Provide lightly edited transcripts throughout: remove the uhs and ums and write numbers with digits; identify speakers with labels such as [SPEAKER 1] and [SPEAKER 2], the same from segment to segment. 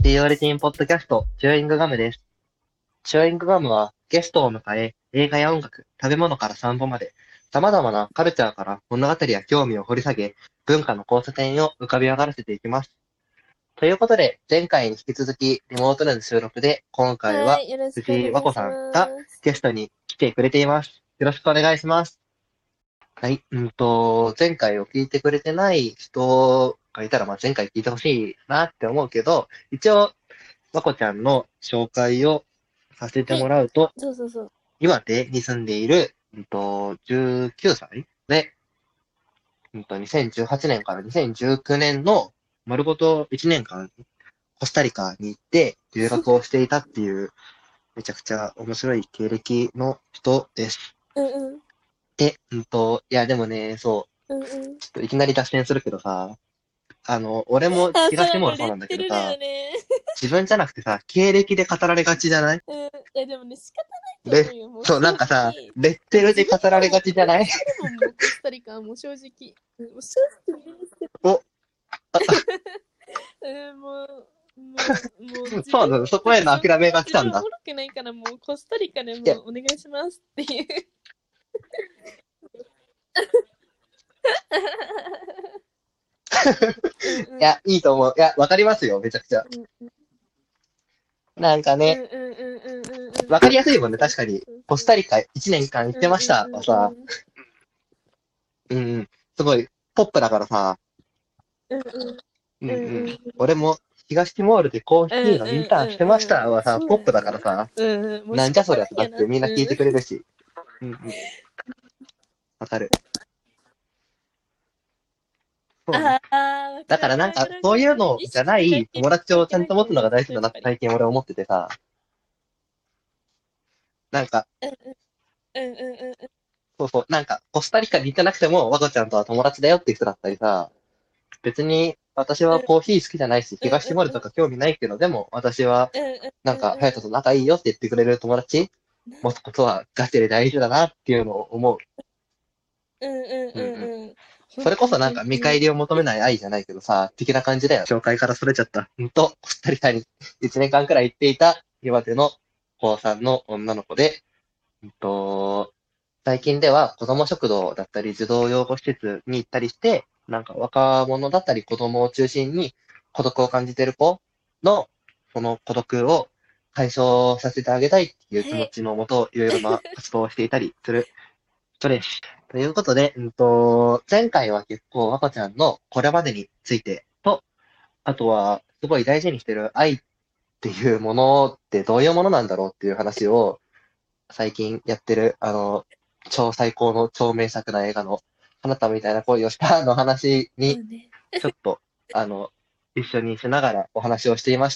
[SPEAKER 1] ピオリティンポッドキャスト、チューイングガムです。チューイングガムはゲストを迎え、映画や音楽、食べ物から散歩まで、様々なカルチャーから物語や興味を掘り下げ、文化の交差点を浮かび上がらせていきます。ということで、前回に引き続きリモートでの収録で、今回は
[SPEAKER 2] はい、よろしくお
[SPEAKER 1] 藤井和子
[SPEAKER 2] 願いし
[SPEAKER 1] さんが
[SPEAKER 2] ます。
[SPEAKER 1] ゲストに来てくれています。よろしくお願いします。はい、前回を聞いてくれてない人がいたら、前回聞いてほしいなって思うけど、一応、和子ちゃんの紹介をさせて
[SPEAKER 2] はい、
[SPEAKER 1] もらうと、
[SPEAKER 2] そうそうそう。
[SPEAKER 1] 岩手に住んでいる、19歳で、2018年から2019年の丸ごと1年間コスタリカに行って留学をしていたっていう、めちゃくちゃ面白い経歴の人です。
[SPEAKER 2] うんうん、
[SPEAKER 1] で、いやでもね、そう、
[SPEAKER 2] うんうん。
[SPEAKER 1] ちょっといきなり脱線するけどさ、俺も
[SPEAKER 2] あ、そうなの、
[SPEAKER 1] 東モールそうなんだ
[SPEAKER 2] レッテルだ
[SPEAKER 1] けどさ、
[SPEAKER 2] よね。
[SPEAKER 1] 自分じゃなくてさ、経歴で語られがちじゃない？
[SPEAKER 2] うん、いやでもね、仕方ないと思
[SPEAKER 1] で、
[SPEAKER 2] うよ。もう
[SPEAKER 1] そう、
[SPEAKER 2] 正
[SPEAKER 1] なんかさ、
[SPEAKER 2] 直。
[SPEAKER 1] レッテルで
[SPEAKER 2] もう自分
[SPEAKER 1] 語られがちじゃない？
[SPEAKER 2] でもしてるもん、もうコスタリカはもう正直。もう正直ねしてる。
[SPEAKER 1] お、
[SPEAKER 2] もう自分
[SPEAKER 1] そうなの、そこへの諦めが来たんだ。
[SPEAKER 2] 自分おもろくないからもうコスタリカで
[SPEAKER 1] いや、
[SPEAKER 2] もうお願いしますっていう。うんうん。
[SPEAKER 1] いや、いいと思う。いや、わかりますよ、めちゃくちゃ。
[SPEAKER 2] うんうん
[SPEAKER 1] なんかね、
[SPEAKER 2] うんうんうんうんうん
[SPEAKER 1] わかりやすいもんね、
[SPEAKER 2] そう
[SPEAKER 1] 確かに。
[SPEAKER 2] そうそう
[SPEAKER 1] コスタリカ1年間行っ
[SPEAKER 2] うんうん
[SPEAKER 1] てました
[SPEAKER 2] うん
[SPEAKER 1] はさ、
[SPEAKER 2] うん
[SPEAKER 1] うんうん、すごい、ポップだからさ、
[SPEAKER 2] うんうん
[SPEAKER 1] うん
[SPEAKER 2] うんうん
[SPEAKER 1] うん。俺も、東ティモールでコー
[SPEAKER 2] うんうん
[SPEAKER 1] ヒーのインターンしてまし
[SPEAKER 2] うんうん
[SPEAKER 1] たはさ、ポップだ
[SPEAKER 2] そうだよね。
[SPEAKER 1] からさ、
[SPEAKER 2] うんうんもう
[SPEAKER 1] なんじゃそ
[SPEAKER 2] 仕方
[SPEAKER 1] りゃってなって
[SPEAKER 2] ないよな。
[SPEAKER 1] みんな聞いてくれるし。うんうん。わかる。そうね。
[SPEAKER 2] ああ、わか
[SPEAKER 1] だか
[SPEAKER 2] るわかるわか
[SPEAKER 1] らなんか、
[SPEAKER 2] るわかる。
[SPEAKER 1] そういうのじゃ
[SPEAKER 2] 意識
[SPEAKER 1] ない友
[SPEAKER 2] 高い系しかい
[SPEAKER 1] 達をちゃんと持つ
[SPEAKER 2] けないかもね、
[SPEAKER 1] のが大事だなっ
[SPEAKER 2] やっぱり。
[SPEAKER 1] て最近俺思っててさ、なんか、
[SPEAKER 2] うんうんうんうん
[SPEAKER 1] そうそう、なんか、コスタリカに行ってなくても、和子ちゃんとは友達だよっていう人だったりさ、別に私はコーヒー好きじゃないし、
[SPEAKER 2] うんうん
[SPEAKER 1] 東ティモールとか興味ないけど、でも私は、
[SPEAKER 2] うんうん
[SPEAKER 1] なんか、隼人と仲いいよって言ってくれる友達持つことはガチで大事だなっていうのを思う。
[SPEAKER 2] うんうん
[SPEAKER 1] うんうん。
[SPEAKER 2] うんうん。
[SPEAKER 1] それこそなん
[SPEAKER 2] 本当に。
[SPEAKER 1] か見返りを求めない愛じゃないけどさ、的な感じだよ。紹介からそれちゃった。コスタリカに1年間くらい行っていた岩手の高3の女の子で、うんと、最近では子供食堂だったり児童養護施設に行ったりして、なんか若者だったり子供を中心に孤独を感じている子の、その孤独を解消させてあげたいっていう気
[SPEAKER 2] はい。
[SPEAKER 1] 持ちのもと、いろいろな活動をしていたりする人です。ということで、前回は結構若ちゃんのこれまでについてと、あとはすごい大事にしてる愛っていうものってどういうものなんだろうっていう話を最近やってる、超最高の超名作な映画の、あなたみたいな恋をしたの話に、
[SPEAKER 2] そうね。
[SPEAKER 1] ちょっと、あの、一緒にしながらお話をしていました。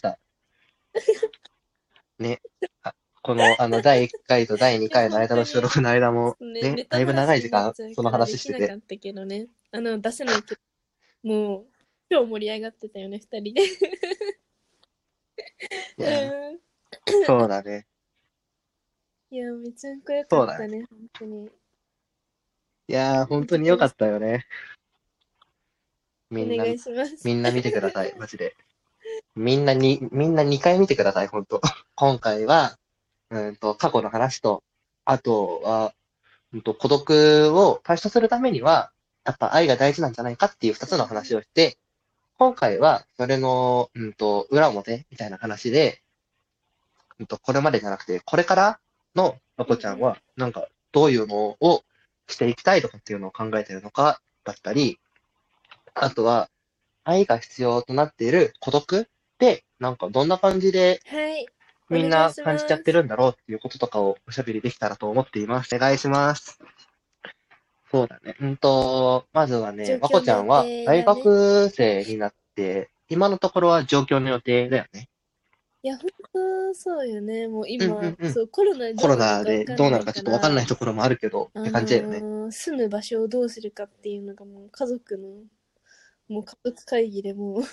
[SPEAKER 1] ね。あこの、第1回と第
[SPEAKER 2] いや、
[SPEAKER 1] 2回の間の収
[SPEAKER 2] 本当に、
[SPEAKER 1] 録の間も、
[SPEAKER 2] ね、
[SPEAKER 1] ね、
[SPEAKER 2] ネタば
[SPEAKER 1] だいぶ
[SPEAKER 2] らしになっ
[SPEAKER 1] 長い時間、その
[SPEAKER 2] ちゃうからで
[SPEAKER 1] 話してて。
[SPEAKER 2] きなかったけどね。出せないけど、もう、超盛り上がってたよね、二人で。
[SPEAKER 1] いや、
[SPEAKER 2] うん。
[SPEAKER 1] そうだね。
[SPEAKER 2] いや、めちゃくちゃ良か
[SPEAKER 1] そうだね。
[SPEAKER 2] ったね、本当に。
[SPEAKER 1] いやー、本当に良かっ
[SPEAKER 2] 見てくださ
[SPEAKER 1] たよね。
[SPEAKER 2] い。
[SPEAKER 1] みんな、
[SPEAKER 2] お願いします。
[SPEAKER 1] みんな見てください、マジで。みんな2回見てください、本当。今回は、過去の話と、あとは、孤独を解消するためには、やっぱ愛が大事なんじゃないかっていう2つの話をして、今回は、それの、裏表みたいな話で、これまでじゃなくて、これからのま
[SPEAKER 2] うんうん。
[SPEAKER 1] こちゃんは、なんか、どういうのをしていきたいとかっていうのを考えているのか、だったり、あとは、愛が必要となっている孤独って、なんかどんな感じで
[SPEAKER 2] はい。お
[SPEAKER 1] みん
[SPEAKER 2] 願いし
[SPEAKER 1] な感じちゃ
[SPEAKER 2] ます。
[SPEAKER 1] ってるんだろうっていうこととかをおしゃべりできたらと思っています。お願いします。そうだね。まずはね、まこ
[SPEAKER 2] 状況の予
[SPEAKER 1] ちゃんは大
[SPEAKER 2] 定だね。
[SPEAKER 1] 学生になって、今のところは上京の予定だよね。
[SPEAKER 2] いや、本当そうよね。もう
[SPEAKER 1] うんうん
[SPEAKER 2] 今、
[SPEAKER 1] うん。
[SPEAKER 2] そう、コロナで
[SPEAKER 1] コロ
[SPEAKER 2] どうなるかわ
[SPEAKER 1] ナで
[SPEAKER 2] かんない
[SPEAKER 1] どうなるかちょっとわかんない
[SPEAKER 2] から、
[SPEAKER 1] ところもあるけどって感じだよね。
[SPEAKER 2] 住む場所をどうするかっていうのがもう家族の、もう家族会議でもう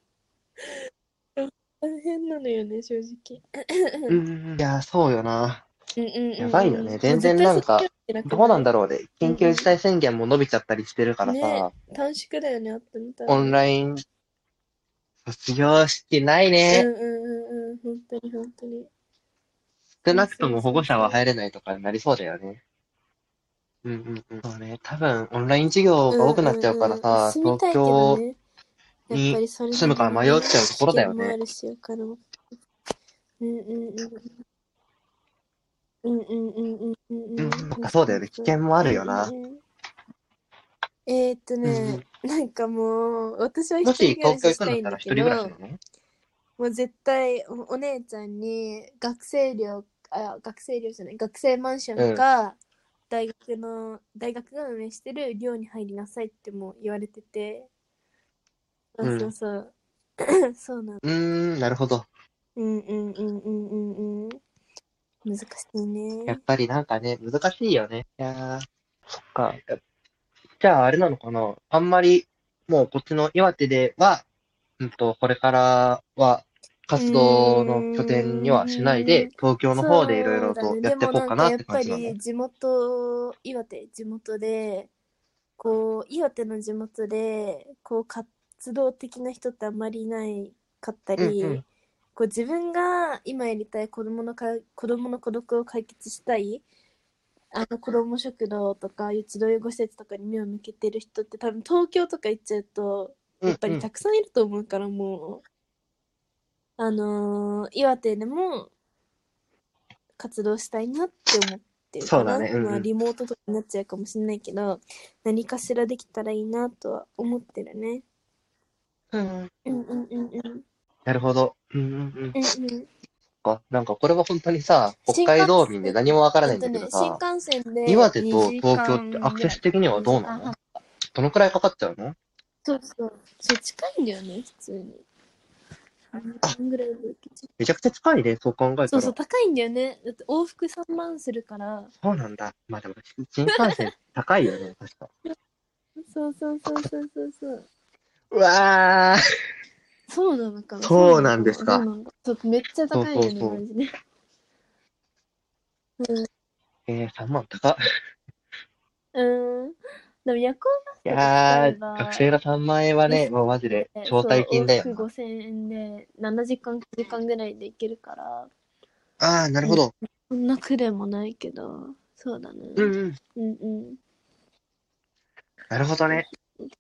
[SPEAKER 2] 大変なのよね、正直。
[SPEAKER 1] うんうんうん。いや、そうよな。
[SPEAKER 2] うんうん
[SPEAKER 1] やばいよ
[SPEAKER 2] うんうん。
[SPEAKER 1] ね。
[SPEAKER 2] もう
[SPEAKER 1] 全
[SPEAKER 2] 絶対卒
[SPEAKER 1] 然なんか、
[SPEAKER 2] 業ってなく
[SPEAKER 1] どうなん
[SPEAKER 2] ない？
[SPEAKER 1] だろうね。緊急事
[SPEAKER 2] うんう
[SPEAKER 1] 態宣言も伸びちゃったりしてるか
[SPEAKER 2] ん。ね、
[SPEAKER 1] らさ、
[SPEAKER 2] 短縮だよね、あっても多
[SPEAKER 1] オン
[SPEAKER 2] 分。
[SPEAKER 1] ライン、 卒業式ない
[SPEAKER 2] うん
[SPEAKER 1] ね。
[SPEAKER 2] うんうんうん。本当に本当に。
[SPEAKER 1] 少なくとも保護者は入れないとかになりそうだよね。うんうんうん。そうね。多分、オンライン授業が多くなっちゃうからさ、東
[SPEAKER 2] 住みたいけど
[SPEAKER 1] 京
[SPEAKER 2] ね。やっぱ
[SPEAKER 1] に
[SPEAKER 2] りそれ
[SPEAKER 1] 住むから
[SPEAKER 2] なりにね、
[SPEAKER 1] 迷っちゃうところだよね。
[SPEAKER 2] 危険もあるし、お金も。うんうんうん。うんうんうんうんうんうん。
[SPEAKER 1] そっか、そうだよね。危険もあるよな。
[SPEAKER 2] うんうんうん。
[SPEAKER 1] うんうん。
[SPEAKER 2] なんかもう、私は一
[SPEAKER 1] もし
[SPEAKER 2] 人暮ら
[SPEAKER 1] 東京行くんだ
[SPEAKER 2] ししたいんだ
[SPEAKER 1] ったら一人暮らし
[SPEAKER 2] けど、
[SPEAKER 1] なの？
[SPEAKER 2] もう絶対お姉ちゃんに学生寮じゃない、学生マンショ
[SPEAKER 1] うん。
[SPEAKER 2] ンか、大学が運営してる寮に入りなさいっても言われてて、そうそう
[SPEAKER 1] うん。
[SPEAKER 2] そう。そうなの。
[SPEAKER 1] なるほど。
[SPEAKER 2] うんうんうんうんうんうん。難しいね。
[SPEAKER 1] やっぱりなんかね、難しいよね。いやー、そっか。じゃああれなのかな、あんまり、もうこっちの岩手では、これからは
[SPEAKER 2] う
[SPEAKER 1] 活動の拠点にはしない
[SPEAKER 2] ーん、
[SPEAKER 1] で、東京の方でいろいろ
[SPEAKER 2] そうだね。
[SPEAKER 1] とやってい
[SPEAKER 2] でもなん
[SPEAKER 1] こうかなって感
[SPEAKER 2] かやっぱ
[SPEAKER 1] じなの？
[SPEAKER 2] り地元で、こう、岩手の地元で、こう、活動的な人ってあんまりいないかったり、
[SPEAKER 1] うんうん。
[SPEAKER 2] こう、自分が今やりたい子供の孤独を解決したい、子供食堂とか、児童養護施設とかに目を向けてる人って多分東京とか行っちゃうと、やっぱり
[SPEAKER 1] うんうん。
[SPEAKER 2] たくさんいると思うから、もう、岩手でも活動したいなって思ってるかな。
[SPEAKER 1] そうだね。うん
[SPEAKER 2] まあ、
[SPEAKER 1] うん。
[SPEAKER 2] リモートとかになっちゃうかもしれないけど、何かしらできたらいいなとは思ってるね。
[SPEAKER 1] うん。
[SPEAKER 2] うんうんうんうん。
[SPEAKER 1] なるほど。うんうんうん。
[SPEAKER 2] うんうん。
[SPEAKER 1] なんかこれは本当にさ、北
[SPEAKER 2] 新幹
[SPEAKER 1] 海道民で
[SPEAKER 2] 線、
[SPEAKER 1] 何もわからないんだけど
[SPEAKER 2] 新
[SPEAKER 1] さ、
[SPEAKER 2] 幹線で
[SPEAKER 1] 岩手と
[SPEAKER 2] 2
[SPEAKER 1] 東京ってア
[SPEAKER 2] 時間ぐらい。
[SPEAKER 1] クセス的にはど
[SPEAKER 2] 2
[SPEAKER 1] うなの？
[SPEAKER 2] 時間半。
[SPEAKER 1] どのくらいかかっちゃうの？
[SPEAKER 2] そうそう。そう、近いんだよね、普通に。3
[SPEAKER 1] あ、
[SPEAKER 2] 時間ぐらいで行けちゃう。
[SPEAKER 1] めちゃくちゃ近いね、そう考え
[SPEAKER 2] そうそう、
[SPEAKER 1] たら。
[SPEAKER 2] 高いんだよね。だって往復3万するから。
[SPEAKER 1] そうなんだ。まあでも、新幹線高いよね、確か。
[SPEAKER 2] そうそうそうそうそうそう。
[SPEAKER 1] うわー、
[SPEAKER 2] そうなのかな、そう
[SPEAKER 1] そう
[SPEAKER 2] なのかな、どう
[SPEAKER 1] なんですか。
[SPEAKER 2] なんだ。ちょっとめっちゃ
[SPEAKER 1] そう
[SPEAKER 2] 高いよね、
[SPEAKER 1] そうそう。
[SPEAKER 2] マジで。うん。
[SPEAKER 1] 3万高っ。
[SPEAKER 2] うん。でも夜行バス
[SPEAKER 1] い
[SPEAKER 2] とか使え
[SPEAKER 1] やー、学生
[SPEAKER 2] ば、
[SPEAKER 1] が3万円はね、
[SPEAKER 2] 安
[SPEAKER 1] もうマジで
[SPEAKER 2] くて、
[SPEAKER 1] 超大
[SPEAKER 2] そう、往復
[SPEAKER 1] 金だよな。
[SPEAKER 2] 5000円で7時間、9時間ぐらいで行けるから、
[SPEAKER 1] あー、なる
[SPEAKER 2] うん。
[SPEAKER 1] ほど。
[SPEAKER 2] そんな苦でもないけど、そうだね。
[SPEAKER 1] うんうん。
[SPEAKER 2] うんうん。
[SPEAKER 1] なるほどね。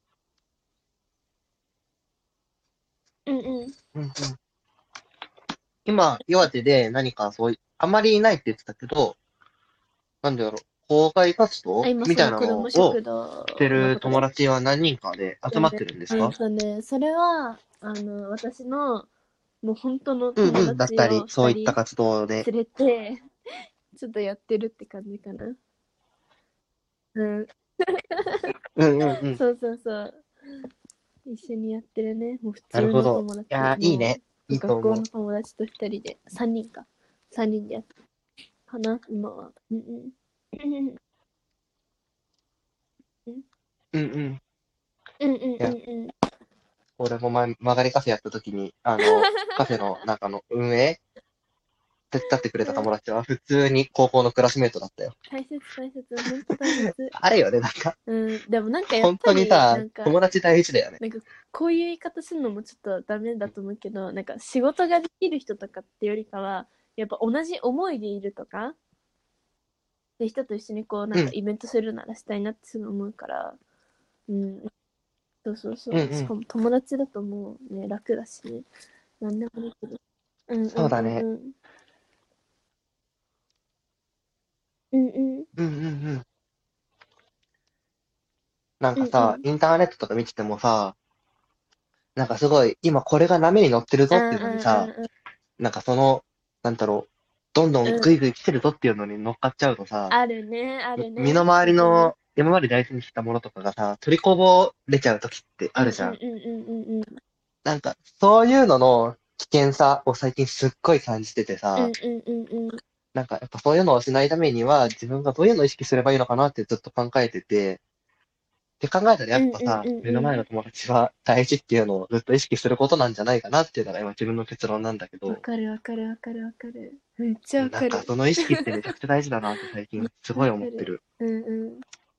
[SPEAKER 2] うんうん。
[SPEAKER 1] うんうん。今、岩手で何かそういう、あまりいないって言ってたけど、なんだろう、校外活動
[SPEAKER 2] 今その
[SPEAKER 1] みたいな
[SPEAKER 2] 子供食
[SPEAKER 1] のをして
[SPEAKER 2] 堂の
[SPEAKER 1] る友
[SPEAKER 2] ことで。
[SPEAKER 1] 達は何人かで集まってるんですか？
[SPEAKER 2] それは、私の、もう本当の友
[SPEAKER 1] うんうん。だったり、
[SPEAKER 2] 達を2人
[SPEAKER 1] そういった活動で。
[SPEAKER 2] 連れて、ちょっとやってるって感じかな。うん。
[SPEAKER 1] うんうんうん。
[SPEAKER 2] そうそうそう。一緒にやってるね。もう普通の
[SPEAKER 1] なるほど。
[SPEAKER 2] 友達。
[SPEAKER 1] いやー、いいね。いいと
[SPEAKER 2] 学校の
[SPEAKER 1] 思う。
[SPEAKER 2] 友達と2人で、3人か。3人でやってるかな、今は。うんうん。うんうん
[SPEAKER 1] うんうん。
[SPEAKER 2] うんうん
[SPEAKER 1] いや、
[SPEAKER 2] うん。
[SPEAKER 1] 俺も前、曲がりカフェやった時に、カフェの中の運営手伝ってくれた友達は普通に高校のクラスメートだったよ。
[SPEAKER 2] 大切大切。ほんと大切。
[SPEAKER 1] あれよね、なんか、
[SPEAKER 2] うん。でもなんかやっ
[SPEAKER 1] 本当に
[SPEAKER 2] ぱり、
[SPEAKER 1] さ、友達大事だよね。
[SPEAKER 2] こういう言い方するのもちょっとダメだと思うけど、なんか仕事ができる人とかってよりかは、やっぱ同じ思いでいるとか、で人と一緒にこうなん
[SPEAKER 1] うん、
[SPEAKER 2] かイベントするならしたいなってすぐ思うから、うん。そうそうそう。
[SPEAKER 1] うんうん。
[SPEAKER 2] しかも友達だともうね、楽だしね。なんでもできる。うんうん
[SPEAKER 1] そうだね。
[SPEAKER 2] うんうん。うんうん。
[SPEAKER 1] うんうんうん。なんかさ、
[SPEAKER 2] うんうん。
[SPEAKER 1] インターネットとか見ててもさ、なんかすごい、今これが波に乗ってるぞっていう
[SPEAKER 2] あーあ
[SPEAKER 1] のにさ、
[SPEAKER 2] ーあーあー。
[SPEAKER 1] なんかその、なんだろう、どんどん
[SPEAKER 2] うん。
[SPEAKER 1] グイグイ来てるぞっていうのに乗っかっちゃうとさ、
[SPEAKER 2] あるね、あるね。
[SPEAKER 1] 身の回り
[SPEAKER 2] 本当に。
[SPEAKER 1] の今まで大事にしたものとかがさ、取りこぼれちゃう時って
[SPEAKER 2] うん
[SPEAKER 1] あるじゃん。
[SPEAKER 2] うんうんうんうんうん。
[SPEAKER 1] なんか、そういうのの危険さを最近すっごい感じててさ、
[SPEAKER 2] うんうんうんうん。
[SPEAKER 1] なんかやっぱそういうのをしないためには自分がどういうのを意識すればいいのかなってずっと考えてて、って考えたらや
[SPEAKER 2] うんうん
[SPEAKER 1] っぱさ、目の
[SPEAKER 2] うんうん。
[SPEAKER 1] 前の友達は大事っていうのをずっと意識することなんじゃないかなっていうのが今自分の結論なんだけど、
[SPEAKER 2] わかるわかるわかるわかる。めっちゃわ
[SPEAKER 1] なん
[SPEAKER 2] かる。
[SPEAKER 1] かその意識ってめちゃくちゃ大事だなって最近すごい
[SPEAKER 2] わかる。
[SPEAKER 1] 思ってる。
[SPEAKER 2] うんうん。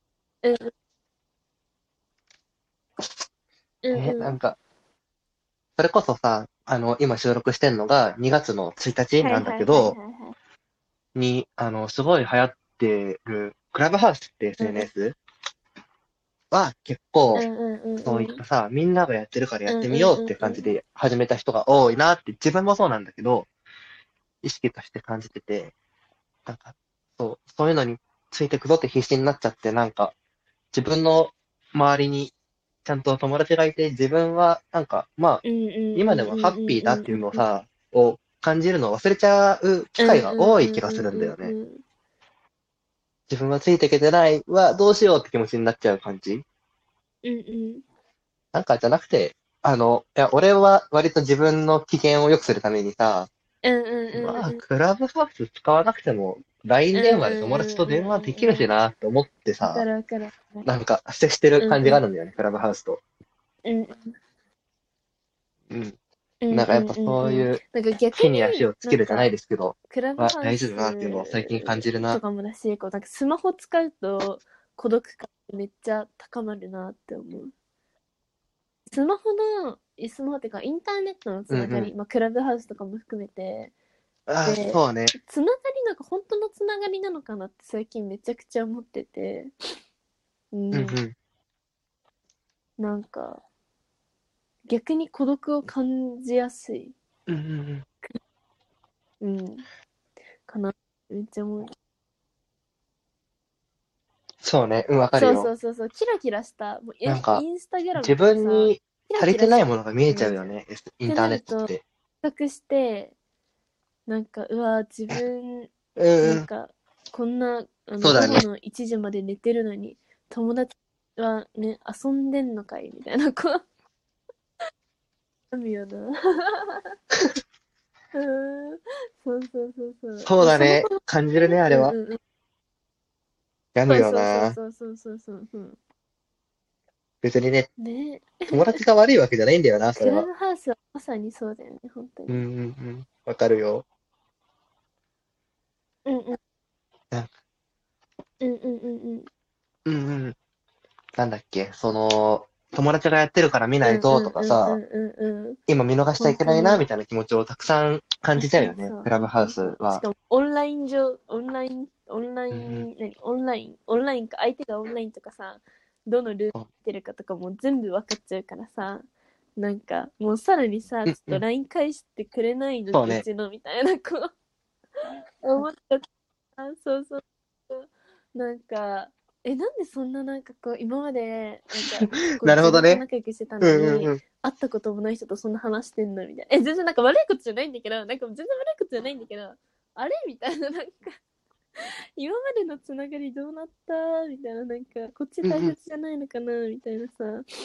[SPEAKER 2] うんうんうん。
[SPEAKER 1] なんか、 それこそさ、今収録してんのが2月の1日なんだけど、すごい流行ってる、クラブハウスって SNS は結構、そういったさ、みんながやってるからやってみようって感じで始めた人が多いなって、自分もそうなんだけど、意識として感じてて、なんか、そういうのについてくぞって必死になっちゃって、なんか、自分の周りにちゃんと友達がいて、自分は、なんか、まあ、今でもハッピーだっていうのをさ、を感じるのを忘れちゃう機会が多い気がするんだよね。自分はついていけてないはどうしようって気持ちになっちゃう感じ。なんかじゃなくて、いや、俺は割と自分の機嫌を良くするためにさ、まあ、クラブハウス使わなくても、LINE 電話で友達と電話できるしなって思ってさ、なんか接してる感じがあるんだよね、クラブハウスと。うん。なんかやっぱそういう
[SPEAKER 2] なんか逆
[SPEAKER 1] 地に
[SPEAKER 2] に
[SPEAKER 1] 足をつけるじゃないですけど、
[SPEAKER 2] クラブハウ
[SPEAKER 1] 大事だなっていうのを最近感じる
[SPEAKER 2] ス
[SPEAKER 1] な。
[SPEAKER 2] とかもだし、こうなんかスマホ使うと孤独感めっちゃ高まるなって思う。スマホっていうかインターネットのつながり、まあクラブハウスとかも含めて、
[SPEAKER 1] ああ、
[SPEAKER 2] で、
[SPEAKER 1] そうね。
[SPEAKER 2] つながりなんか本当のつながりなのかなって最近めちゃくちゃ思ってて、なんか逆に孤独を感じやすい、かな、めっちゃ思う。
[SPEAKER 1] そうね。わかる
[SPEAKER 2] そう
[SPEAKER 1] よ。
[SPEAKER 2] キラキラした、もう
[SPEAKER 1] なんか、
[SPEAKER 2] インスタグラム
[SPEAKER 1] 自
[SPEAKER 2] とかさ、
[SPEAKER 1] 分に
[SPEAKER 2] キラ
[SPEAKER 1] 足りて
[SPEAKER 2] キラして
[SPEAKER 1] ないものが見えちゃうよ
[SPEAKER 2] っ
[SPEAKER 1] ね、インターネッ
[SPEAKER 2] てなると、比
[SPEAKER 1] トって。
[SPEAKER 2] 較して、なんか、うわ、自分、
[SPEAKER 1] うん。
[SPEAKER 2] なんか、こんな、午後
[SPEAKER 1] そうだね。
[SPEAKER 2] の1時まで寝てるのに、友達はね、遊んでんのかいみたいな、こう、あるよな。そう。
[SPEAKER 1] そうだね。
[SPEAKER 2] その子
[SPEAKER 1] 感じるね、あれは。
[SPEAKER 2] うん。
[SPEAKER 1] 病むよな。
[SPEAKER 2] そう。
[SPEAKER 1] 別にね、
[SPEAKER 2] ね、
[SPEAKER 1] 友達が悪いわけじゃないんだよな、そ
[SPEAKER 2] クラ
[SPEAKER 1] れは。
[SPEAKER 2] ブハウスはまさにそうだよね、本当に。
[SPEAKER 1] わかるよ。
[SPEAKER 2] うんうん。
[SPEAKER 1] なんか
[SPEAKER 2] うんうんうんうん。
[SPEAKER 1] うんうん。なんだっけ、友達がやってるから見
[SPEAKER 2] う
[SPEAKER 1] ないとと
[SPEAKER 2] んうんうんう
[SPEAKER 1] かさ、
[SPEAKER 2] んうんうん。
[SPEAKER 1] 今見逃しちゃいけないな、
[SPEAKER 2] 本当に。
[SPEAKER 1] みたいな気持ちをたくさん感じちゃうよね、
[SPEAKER 2] そう。
[SPEAKER 1] クラブハウスは。
[SPEAKER 2] しかも、
[SPEAKER 1] うん
[SPEAKER 2] オンラインか、相手がオンラインとかさ、どのルーム来てるかとかも全部分かっちゃうからさ、なんか、もうさらにさ、ちょっと
[SPEAKER 1] うん。
[SPEAKER 2] LINE 返してくれないの、
[SPEAKER 1] そうね。
[SPEAKER 2] うちの、みたいな、こう、思っちゃった。そう。なんか、なんでそんななんかこう、今まで、なんか、こう
[SPEAKER 1] なるほ
[SPEAKER 2] 自分と
[SPEAKER 1] どね。
[SPEAKER 2] 仲良くしてた
[SPEAKER 1] うんうん
[SPEAKER 2] のに、
[SPEAKER 1] うん。
[SPEAKER 2] 会ったこともない人とそんな話してんのみたいな。全然なんか悪いことじゃないんだけど、なんか全然悪いことじゃないんだけど、あれみたいな、なんか、今までのつながりどうなったみたいな、なんか、こっち大
[SPEAKER 1] うんうん。
[SPEAKER 2] 切じゃないのかなみたいなさ。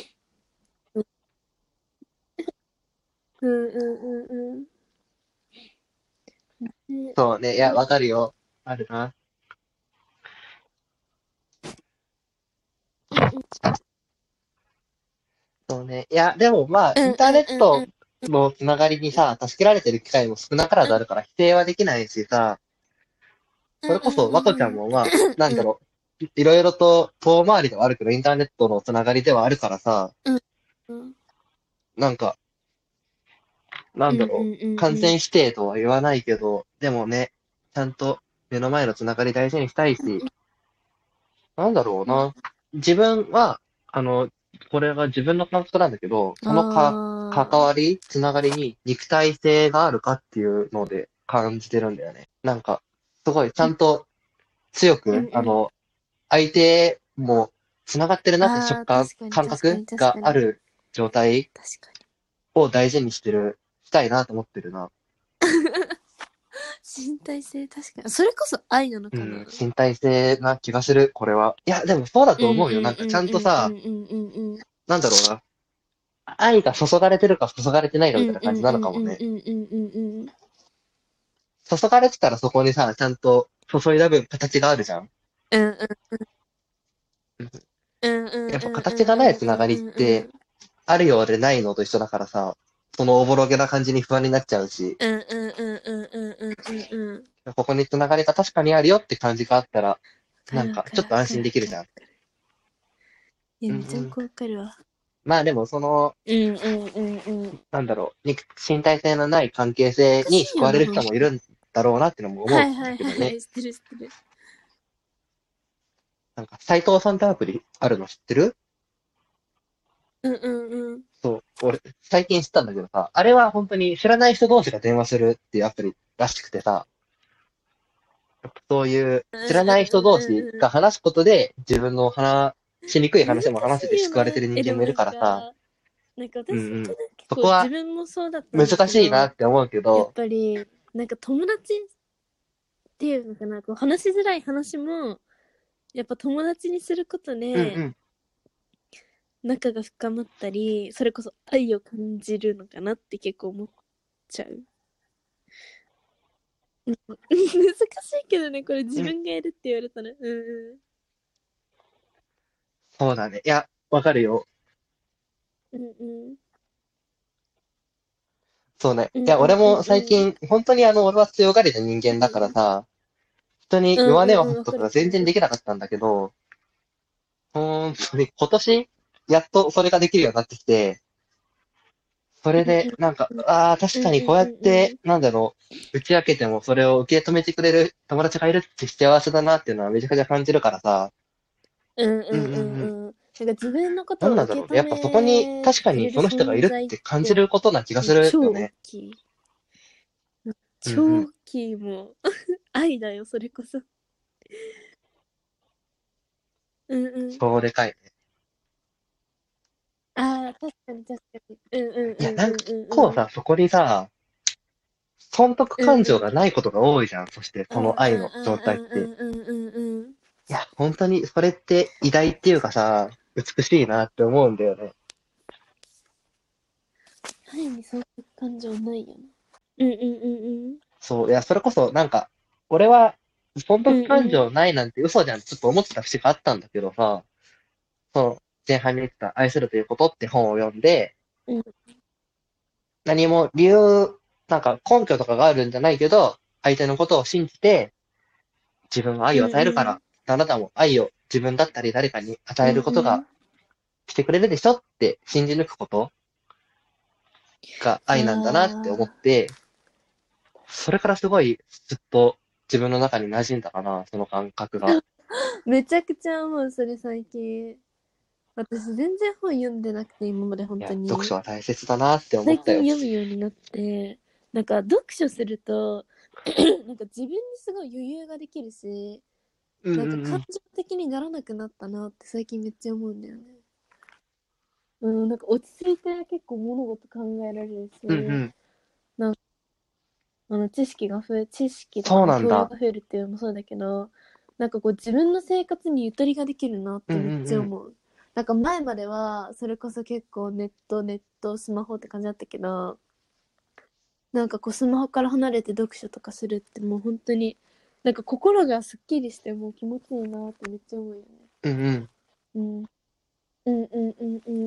[SPEAKER 2] うん。ね、
[SPEAKER 1] そうね。いや、わかるよ。あるな。そうね。いや、でもまあ、インターネットのつながりにさ、助けられてる機会も少なからずあるから否定はできないしさ、それこそ、わこちゃんもまあ、なんだろう、いろいろと遠回りではあるけど、インターネットのつながりではあるからさ、なんか、なんだろう、完全否定とは言わないけど、でもね、ちゃんと目の前のつながり大事にしたいし、なんだろうな。自分は、これが自分の感覚なんだけど、関わり、つながりに肉体性があるかっていうので感じてるんだよね。なんか、すごいちゃんと強く、相手もつながってるなって感覚がある状態を大事にしたいなと思ってるな。
[SPEAKER 2] 身体性確かに。それこそ愛なのかな。
[SPEAKER 1] 身体性な気がする、これは。いや、でもそうだと思うよ。なんかちゃんとさ、なんだろうな。愛が注がれてるか注がれてないかみたいな感じなのかもね。注がれてたらそこにさ、ちゃんと注いだ分形があるじゃん。やっぱ形がないつながりって、あるようでないのと一緒だからさ、そのおぼろげな感じに不安になっちゃうし、ここにつながりが確かにあるよって感じがあったら、なんかちょっと安心できるじゃん。
[SPEAKER 2] いや、めちゃくちゃわかるわ。
[SPEAKER 1] まあでもその、
[SPEAKER 2] うんうんうんうん。
[SPEAKER 1] なんだろう、身体性のない関係性
[SPEAKER 2] 難
[SPEAKER 1] に
[SPEAKER 2] しいよな、
[SPEAKER 1] 救われる人
[SPEAKER 2] ほんと。
[SPEAKER 1] もいるんだろうなってのも思うん
[SPEAKER 2] はいはい
[SPEAKER 1] だけどね。
[SPEAKER 2] はいはい、知ってる知ってる。
[SPEAKER 1] なんか、斎藤さんってアプリあるの知ってる？
[SPEAKER 2] うんうんうん。
[SPEAKER 1] そう、俺、最近知ったんだけどさ、あれは本当に知らない人同士が電話するっていうアプリらしくてさ、そういう
[SPEAKER 2] うん
[SPEAKER 1] 知らない人
[SPEAKER 2] うん
[SPEAKER 1] 同士
[SPEAKER 2] うんうん。
[SPEAKER 1] が話すことで自分の話しにくい
[SPEAKER 2] 難
[SPEAKER 1] 話も話せて
[SPEAKER 2] しいよな。
[SPEAKER 1] 救われてる人間もいる
[SPEAKER 2] でもなん
[SPEAKER 1] からさ、
[SPEAKER 2] か、なんか
[SPEAKER 1] うんう
[SPEAKER 2] 私って
[SPEAKER 1] ん。
[SPEAKER 2] 結構
[SPEAKER 1] そこは
[SPEAKER 2] 自分もそうだったんだ
[SPEAKER 1] 難しいな
[SPEAKER 2] けど、
[SPEAKER 1] って思うけ
[SPEAKER 2] やっ
[SPEAKER 1] ど、
[SPEAKER 2] ぱり、なんか友達っていうのかな、こう話しづらい話も、やっぱ友達にすることで、
[SPEAKER 1] うんうん。
[SPEAKER 2] 仲が深まったり、それこそ愛を感じるのかなって結構思っちゃう。難しいけどね、これ自
[SPEAKER 1] うん、
[SPEAKER 2] 分がやるって言われたら。うんうん。
[SPEAKER 1] そうだね。いや、わかるよ。
[SPEAKER 2] うんうん。
[SPEAKER 1] そうね。いや、
[SPEAKER 2] うんうん
[SPEAKER 1] 俺も
[SPEAKER 2] うんうん。
[SPEAKER 1] 最近、本当に俺は強がりな人間だからさ、人に
[SPEAKER 2] うん
[SPEAKER 1] 弱音を
[SPEAKER 2] うんうん、わ
[SPEAKER 1] 吐くことが
[SPEAKER 2] かる気がする。
[SPEAKER 1] 全然できなかったんだけど、本当に今年、やっとそれができるようになってきて、それで、なんか、ああ、確
[SPEAKER 2] うんうん
[SPEAKER 1] かにこうやっ
[SPEAKER 2] うんうん。
[SPEAKER 1] て、なんだろう、打ち明けてもそれを受け止めてくれる友達がいるって幸せだなっていうのはめちゃくちゃ感じるからさ、
[SPEAKER 2] うん
[SPEAKER 1] うんうん
[SPEAKER 2] うんうん
[SPEAKER 1] うん。
[SPEAKER 2] うん。なんか自分のことを
[SPEAKER 1] なんなんだろうね。
[SPEAKER 2] 受け止
[SPEAKER 1] やっぱそこに
[SPEAKER 2] め
[SPEAKER 1] 確か
[SPEAKER 2] てくれる
[SPEAKER 1] にその人がい
[SPEAKER 2] 存在っ
[SPEAKER 1] るって感じ
[SPEAKER 2] て
[SPEAKER 1] ることな気が
[SPEAKER 2] もう
[SPEAKER 1] する
[SPEAKER 2] 超大
[SPEAKER 1] よね。
[SPEAKER 2] きい。
[SPEAKER 1] うんうん。
[SPEAKER 2] 超大きいもう愛だよ、それこそ。うんうん。
[SPEAKER 1] そうでかいね。
[SPEAKER 2] ああ、確かに確かに。うんうん
[SPEAKER 1] いや、
[SPEAKER 2] うんうん
[SPEAKER 1] なんか結
[SPEAKER 2] うんうん。
[SPEAKER 1] 構さ、そこにさ、損得
[SPEAKER 2] うん
[SPEAKER 1] 感情が
[SPEAKER 2] うん。
[SPEAKER 1] ないことが多いじゃん。そして
[SPEAKER 2] うんうん
[SPEAKER 1] その愛の状態って。
[SPEAKER 2] うんうんうんうんうんうん。
[SPEAKER 1] いや、本当にそれって偉大っていうかさ、美しいなって思うんだよね。
[SPEAKER 2] 愛にそういう感情ないよね。うんうんうん
[SPEAKER 1] そう、いや、それこそ、なんか、俺は、損
[SPEAKER 2] うん。
[SPEAKER 1] 得感
[SPEAKER 2] うんうん。
[SPEAKER 1] 情ないなんて嘘じゃん、ちょっと思ってた節があったんだけどさ、その、前半に言ってた愛するということって本を読んで、
[SPEAKER 2] うん
[SPEAKER 1] 何も理由、なんか根拠とかがあるんじゃないけど、相手のことを信じて、自分は愛を
[SPEAKER 2] うん
[SPEAKER 1] 与えるから、
[SPEAKER 2] うん。
[SPEAKER 1] あなたも愛を自分だったり誰かに与え
[SPEAKER 2] うん
[SPEAKER 1] ることが
[SPEAKER 2] うん。
[SPEAKER 1] してくれるでしょって信じ抜くことが
[SPEAKER 2] あ
[SPEAKER 1] 愛なんだなって思っ
[SPEAKER 2] あ。
[SPEAKER 1] て、それからすごいずっと自分の中に馴染んだかな、その感覚が。
[SPEAKER 2] めちゃくちゃ思う、それ最近。私全然本読んでなくて、今まで本
[SPEAKER 1] いや、読
[SPEAKER 2] 当に。
[SPEAKER 1] 書は大切だなって思ったよ。
[SPEAKER 2] 最近読むようになって、なんか読書すると、なんか自分にすごい余裕ができるし、
[SPEAKER 1] うん
[SPEAKER 2] なんか
[SPEAKER 1] うんうん。
[SPEAKER 2] 感情的にならなくなったなって最近めっちゃ思うんだよね。うん、なんか落ち着いて結構物事考えられるし、
[SPEAKER 1] うんうん。
[SPEAKER 2] なんか知識とか、まあ、
[SPEAKER 1] そうなんだ。
[SPEAKER 2] 教養が増えるっていうのもそうだけど、なんかこう自分の生活にゆとりができるなっ
[SPEAKER 1] うんう
[SPEAKER 2] てめっ
[SPEAKER 1] んうん。
[SPEAKER 2] ちゃ思う。なんか前まではそれこそ結構ネット、スマホって感じだったけど、なんかこうスマホから離れて読書とかするってもう本当に、なんか心がすっきりしてもう気持ちいいなってめっちゃ思うよね。
[SPEAKER 1] うんうん。
[SPEAKER 2] うん。うんうんうんうん。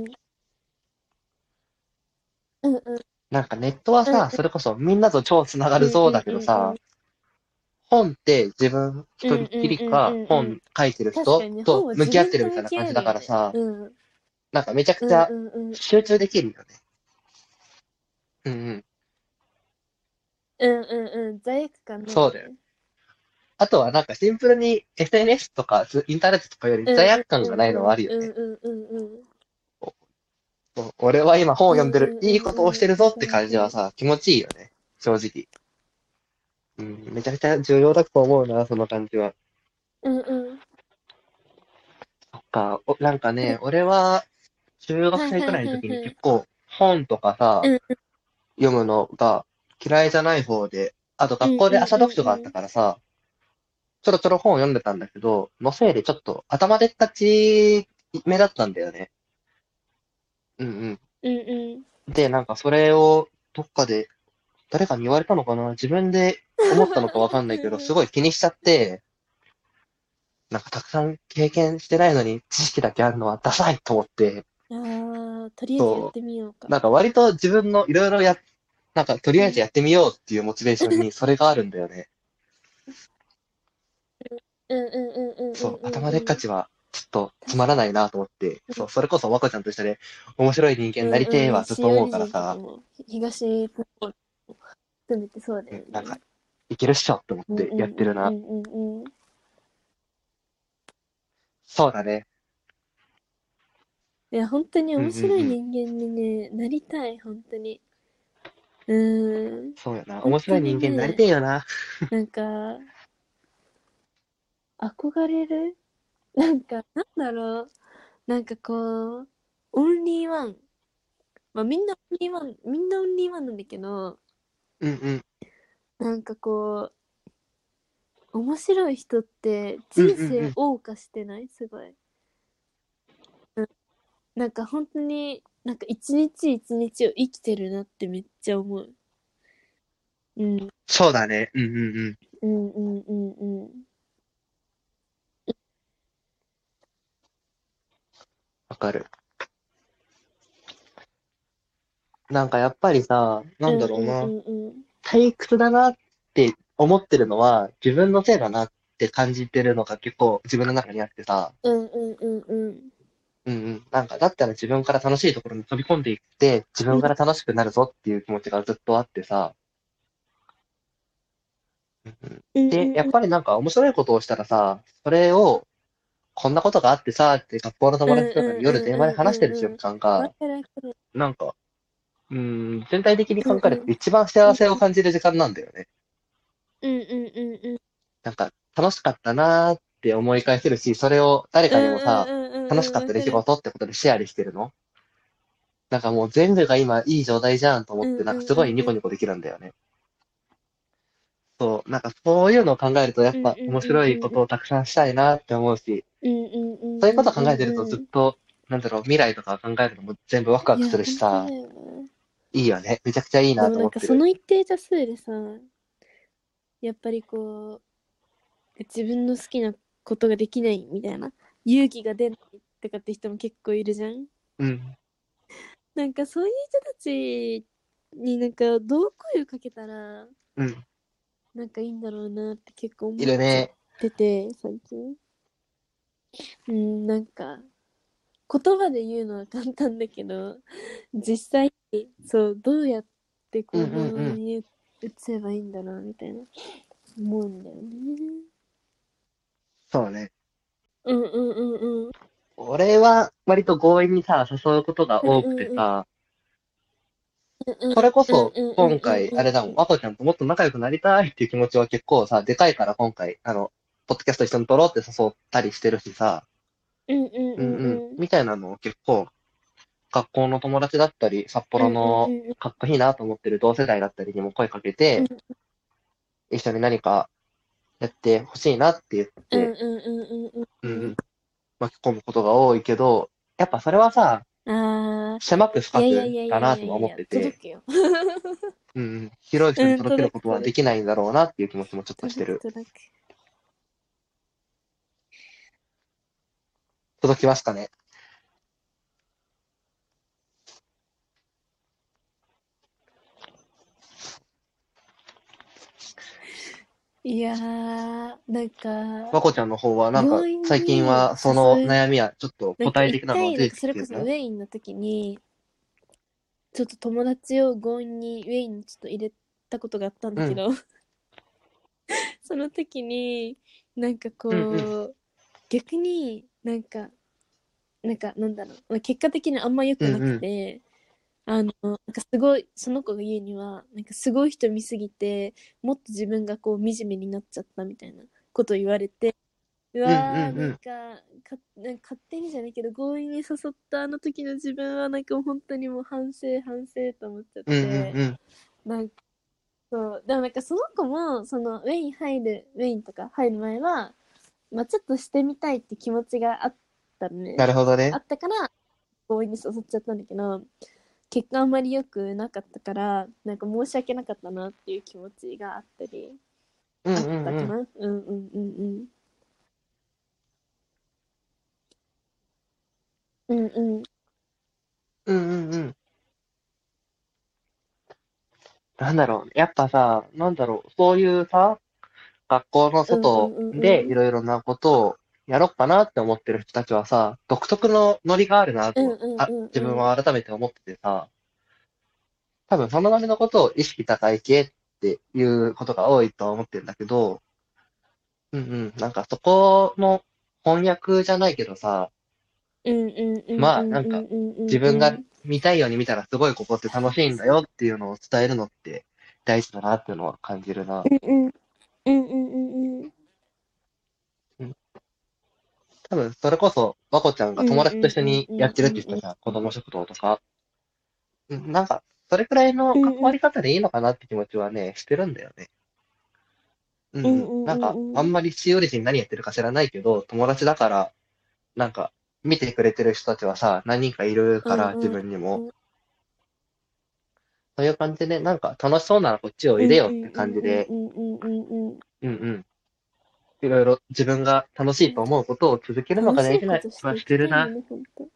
[SPEAKER 2] うんうん。
[SPEAKER 1] なんかネットは
[SPEAKER 2] うん
[SPEAKER 1] さ、それこそみんなと超つなが
[SPEAKER 2] うんうん
[SPEAKER 1] るそうだけ
[SPEAKER 2] うんうん。
[SPEAKER 1] どさ、本って自分
[SPEAKER 2] うん
[SPEAKER 1] 一人っき
[SPEAKER 2] うんうん
[SPEAKER 1] りか、
[SPEAKER 2] うんうん。
[SPEAKER 1] 本書いてる
[SPEAKER 2] 確かにね、本
[SPEAKER 1] 人と
[SPEAKER 2] は自
[SPEAKER 1] 向き合ってる
[SPEAKER 2] 分と向き
[SPEAKER 1] みたいな感じだ
[SPEAKER 2] 合えるよね。
[SPEAKER 1] からさ、
[SPEAKER 2] うん。
[SPEAKER 1] なんかめちゃく
[SPEAKER 2] うん
[SPEAKER 1] ちゃ
[SPEAKER 2] うんうん。
[SPEAKER 1] 集中できるよね。うんうん。
[SPEAKER 2] うんうんうん。罪悪感ない
[SPEAKER 1] そうだよ。
[SPEAKER 2] よね。
[SPEAKER 1] あとはなんかシンプルに SNS とかインターネットとかより
[SPEAKER 2] うんうん
[SPEAKER 1] 罪悪感がないのはあ
[SPEAKER 2] うん
[SPEAKER 1] るよね。
[SPEAKER 2] うんうんうんうん。
[SPEAKER 1] そう俺は今本を
[SPEAKER 2] うん
[SPEAKER 1] 読んでる、
[SPEAKER 2] うん
[SPEAKER 1] いいことを
[SPEAKER 2] うんうん。
[SPEAKER 1] してるぞって
[SPEAKER 2] わかるわかる。
[SPEAKER 1] 感じはさ、気持ちいいよね。正直。うん、めちゃくちゃ重要だと思うな、その感じは。
[SPEAKER 2] うんうん。
[SPEAKER 1] なんかね、俺は中学
[SPEAKER 2] はいはい
[SPEAKER 1] 生くらいの時に
[SPEAKER 2] はいはい。
[SPEAKER 1] 結構本とかさ、
[SPEAKER 2] うん
[SPEAKER 1] 読むのが嫌いじゃない方で、あと
[SPEAKER 2] うん
[SPEAKER 1] 学校で
[SPEAKER 2] うんうん
[SPEAKER 1] 朝読書があった
[SPEAKER 2] うん。
[SPEAKER 1] からさ、ちょろちょろ本を読んでたんだけど、のせいでちょっと頭でっかち目だったんだよね。うん
[SPEAKER 2] うんうん。
[SPEAKER 1] うん。で、なんかそれをどっかで誰かに言われたのかな、自分で思ったのかわかんないけど、すごい気にしちゃって、なんかたくさん経験してないのに知識だけあるのはダサいと思って、
[SPEAKER 2] ああ、とりあえずやっ
[SPEAKER 1] そ
[SPEAKER 2] てみよう
[SPEAKER 1] う、
[SPEAKER 2] か。
[SPEAKER 1] なんか割と自分のいろいろなんかとりあえず
[SPEAKER 2] うん。
[SPEAKER 1] やってみようっていうモチベーションにそれがあるんだよね。
[SPEAKER 2] うんうんうんうん
[SPEAKER 1] そう、
[SPEAKER 2] うん
[SPEAKER 1] 頭
[SPEAKER 2] うんうん。
[SPEAKER 1] でっかちはちょっとつまらないなと思って、そう、それこそ和子ちゃんと一緒で、面白い人間になりてーはずっと思う
[SPEAKER 2] しおり
[SPEAKER 1] からさ、
[SPEAKER 2] 人とかも東日本住めてそうだよ
[SPEAKER 1] なんか、
[SPEAKER 2] ね。
[SPEAKER 1] いけるっしょって思っ
[SPEAKER 2] うん
[SPEAKER 1] てやってるな。
[SPEAKER 2] うん。
[SPEAKER 1] そうだね。
[SPEAKER 2] いや、本当に
[SPEAKER 1] うんうん
[SPEAKER 2] 面白い
[SPEAKER 1] うん。
[SPEAKER 2] 人間にね、なりたい、本当に。うーん。
[SPEAKER 1] そうやな。面白い
[SPEAKER 2] 本当に
[SPEAKER 1] 人間になり
[SPEAKER 2] ね、
[SPEAKER 1] てーよな。
[SPEAKER 2] なんか、憧れるなんか、なんだろう。なんかこう、オンリーワン。まあみんなオンリーワン、みんなオンリーワンなんだけど、
[SPEAKER 1] うんうん。
[SPEAKER 2] なんかこう、面白い人って
[SPEAKER 1] うん
[SPEAKER 2] 人生
[SPEAKER 1] うんうん。
[SPEAKER 2] 謳歌してないすごい。うん。なんか本当に、なんか一日一日を生きてるなってめっちゃ思う。うん。
[SPEAKER 1] そうだね。うんうんうん。
[SPEAKER 2] うん。
[SPEAKER 1] わかる。なんかやっぱりさ、なんだろうな。
[SPEAKER 2] うん。
[SPEAKER 1] 退屈だなって思ってるのは自分のせいだなって感じてるのが結構自分の中にあってさ、
[SPEAKER 2] うん。
[SPEAKER 1] うんうん。なんかだったら自分から楽しいところに飛び込んでいって自分から楽しくなるぞっていう気持ちがずっとあってさ、うんうん。で、やっぱりなんか面白いことをしたらさ、それをこんなことがあってさって学校の友達とかに夜電話で話してる瞬間が、
[SPEAKER 2] わかるわかる。
[SPEAKER 1] なんか、全体的に考えると
[SPEAKER 2] うんうん。
[SPEAKER 1] 一番幸せを感じる時間なんだよね。
[SPEAKER 2] うん。
[SPEAKER 1] なんか、楽しかったなーって思い返せるし、それを誰かにもさ、楽しかった出来
[SPEAKER 2] わかる。
[SPEAKER 1] 事ってことでシェアしてるの。なんかもう全部が今いい状態じゃんと思って、なんかすごいニコニコできるんだよね。そう、なんかそういうのを考えるとやっぱ面白いことをたくさんしたいなって思うし、そういうことを考えてるとずっと、なんだろう、未来とか考えるのも全部ワクワ
[SPEAKER 2] いや、
[SPEAKER 1] クするし
[SPEAKER 2] 本当だ
[SPEAKER 1] さ、
[SPEAKER 2] よな。
[SPEAKER 1] いいよね。めちゃくちゃいいな
[SPEAKER 2] でもなん
[SPEAKER 1] と思ってる。
[SPEAKER 2] かその一定多数でさ、やっぱりこう、自分の好きなことができないみたいな、勇気が出ないとかって人も結構いるじゃん。
[SPEAKER 1] うん。
[SPEAKER 2] なんかそういう人たちになんかどう声をかけたら、
[SPEAKER 1] うん。
[SPEAKER 2] なんかいいんだろうなって結構思っちゃっ
[SPEAKER 1] いるね。
[SPEAKER 2] てて、最近。うん、なんか、言葉で言うのは簡単だけど、実際、そう、どうやって
[SPEAKER 1] うんう
[SPEAKER 2] 行動
[SPEAKER 1] んうん。
[SPEAKER 2] に移せばいいんだろうみたいな、思うんだよね。
[SPEAKER 1] そうね。
[SPEAKER 2] うん。
[SPEAKER 1] 俺は割と強引にさ、誘うことが
[SPEAKER 2] うん
[SPEAKER 1] 多くて
[SPEAKER 2] うんうん。
[SPEAKER 1] さ、
[SPEAKER 2] うん
[SPEAKER 1] それこそ、
[SPEAKER 2] うんうんうん
[SPEAKER 1] 今回、あれだもん、
[SPEAKER 2] うんうん。
[SPEAKER 1] わこちゃんともっと仲良くなりたいっていう気持ちは結構さ、でかいから今回、ポッドキャスト一緒に撮ろうって誘ったりしてるしさ、
[SPEAKER 2] うんうん
[SPEAKER 1] うんうん、
[SPEAKER 2] うんうん。
[SPEAKER 1] みたいなのを結構、学校の友達だったり、札
[SPEAKER 2] うんうん
[SPEAKER 1] 幌の
[SPEAKER 2] うん
[SPEAKER 1] かっこいいなと思ってる同世代だったりにも声かけ
[SPEAKER 2] うん。
[SPEAKER 1] て、一緒に何かやってほしいなって言って、うんうん、巻き込むことが多いけど、やっぱそれはさ、
[SPEAKER 2] ああ、
[SPEAKER 1] 狭く深くだなとは思っ
[SPEAKER 2] いや、
[SPEAKER 1] てて、
[SPEAKER 2] 届くよ。
[SPEAKER 1] うんうん、広い人に
[SPEAKER 2] うん、
[SPEAKER 1] 届けることはできないんだろうなっていう気持ちもちょっとしてる。
[SPEAKER 2] 届く。
[SPEAKER 1] 届きますかね。
[SPEAKER 2] いやー、なんか、
[SPEAKER 1] まこちゃんの方はなんか
[SPEAKER 2] 強引
[SPEAKER 1] 最近
[SPEAKER 2] に
[SPEAKER 1] はその
[SPEAKER 2] 誘う。
[SPEAKER 1] 悩みはちょっと
[SPEAKER 2] なんか
[SPEAKER 1] 答え的なのは
[SPEAKER 2] 一回、なん
[SPEAKER 1] 出て
[SPEAKER 2] かそれこそウ
[SPEAKER 1] きてるの？
[SPEAKER 2] ェインの時に、ちょっと友達を強引にウェインにちょっと入れたことがあったん
[SPEAKER 1] うん、
[SPEAKER 2] だけど、その時に、なんか
[SPEAKER 1] うん、うん、
[SPEAKER 2] こう、逆になんだろう、まあ結果的にあんま良くなく
[SPEAKER 1] うん、
[SPEAKER 2] て、なんかすごい、その子が言うには、なんかすごい人見すぎて、もっと自分がこう惨めになっちゃったみたいなことを言われて、う
[SPEAKER 1] うん、うん、
[SPEAKER 2] わー、
[SPEAKER 1] うん、
[SPEAKER 2] なんか勝手にじゃないけど、強引に誘ったあの時の自分は、なんか本当にもう反省と思っちゃっ
[SPEAKER 1] うん、うん、
[SPEAKER 2] て、
[SPEAKER 1] うん、
[SPEAKER 2] なんかそう、でもなんかその子も、そのウェインとか入る前は、まあちょっとしてみたいって気持ちがあったのね。
[SPEAKER 1] なるほどね。
[SPEAKER 2] あったから、強引に誘っちゃったんだけど、結果あんまり良くなかったから、なんか申し訳なかったなっていう気持ちがあったり、
[SPEAKER 1] うん、
[SPEAKER 2] あっ
[SPEAKER 1] うん、うん、
[SPEAKER 2] たかな。うん。うんうん。
[SPEAKER 1] うん、うん、うん。なんだろう。やっぱさ、なんだろう。そういうさ、学校の
[SPEAKER 2] うんうん
[SPEAKER 1] 外
[SPEAKER 2] うんうん。
[SPEAKER 1] でいろいろなことをやろっかなって思ってる人たちはさ、独特のノリがあるなと、自分は改めて思っててさ、多分そのノリのことを意識高い系っていうことが多いとは思ってるんだけど、うんうん、なんかそこの翻訳じゃないけどさ、まあなんか自分が見たいように見たらすごいここって楽しいんだよっていうのを伝えるのって大事だなっていうのは感じるな。うん、多分それこそ、まこちゃんが友達と一緒にやってるって言ってたじゃん。子供食堂とか。うん、なんか、それくらいの関わり方でいいのかなって気持ちはね、してるんだよね。うんうん。なんか、あんまりシオリジン何やってるか知らないけど、友達だから、なんか、見てくれてる人たちはさ、何人かいるから、自分にも。そういう感じで、なんか、楽しそうならこっちを入れよって感じで、うんうん。いろいろ自分が楽しいと思うことを続けるの
[SPEAKER 2] 楽
[SPEAKER 1] が大事な
[SPEAKER 2] しいことし
[SPEAKER 1] 気はし
[SPEAKER 2] ていきたいよ
[SPEAKER 1] てるな。
[SPEAKER 2] ね、ほんと。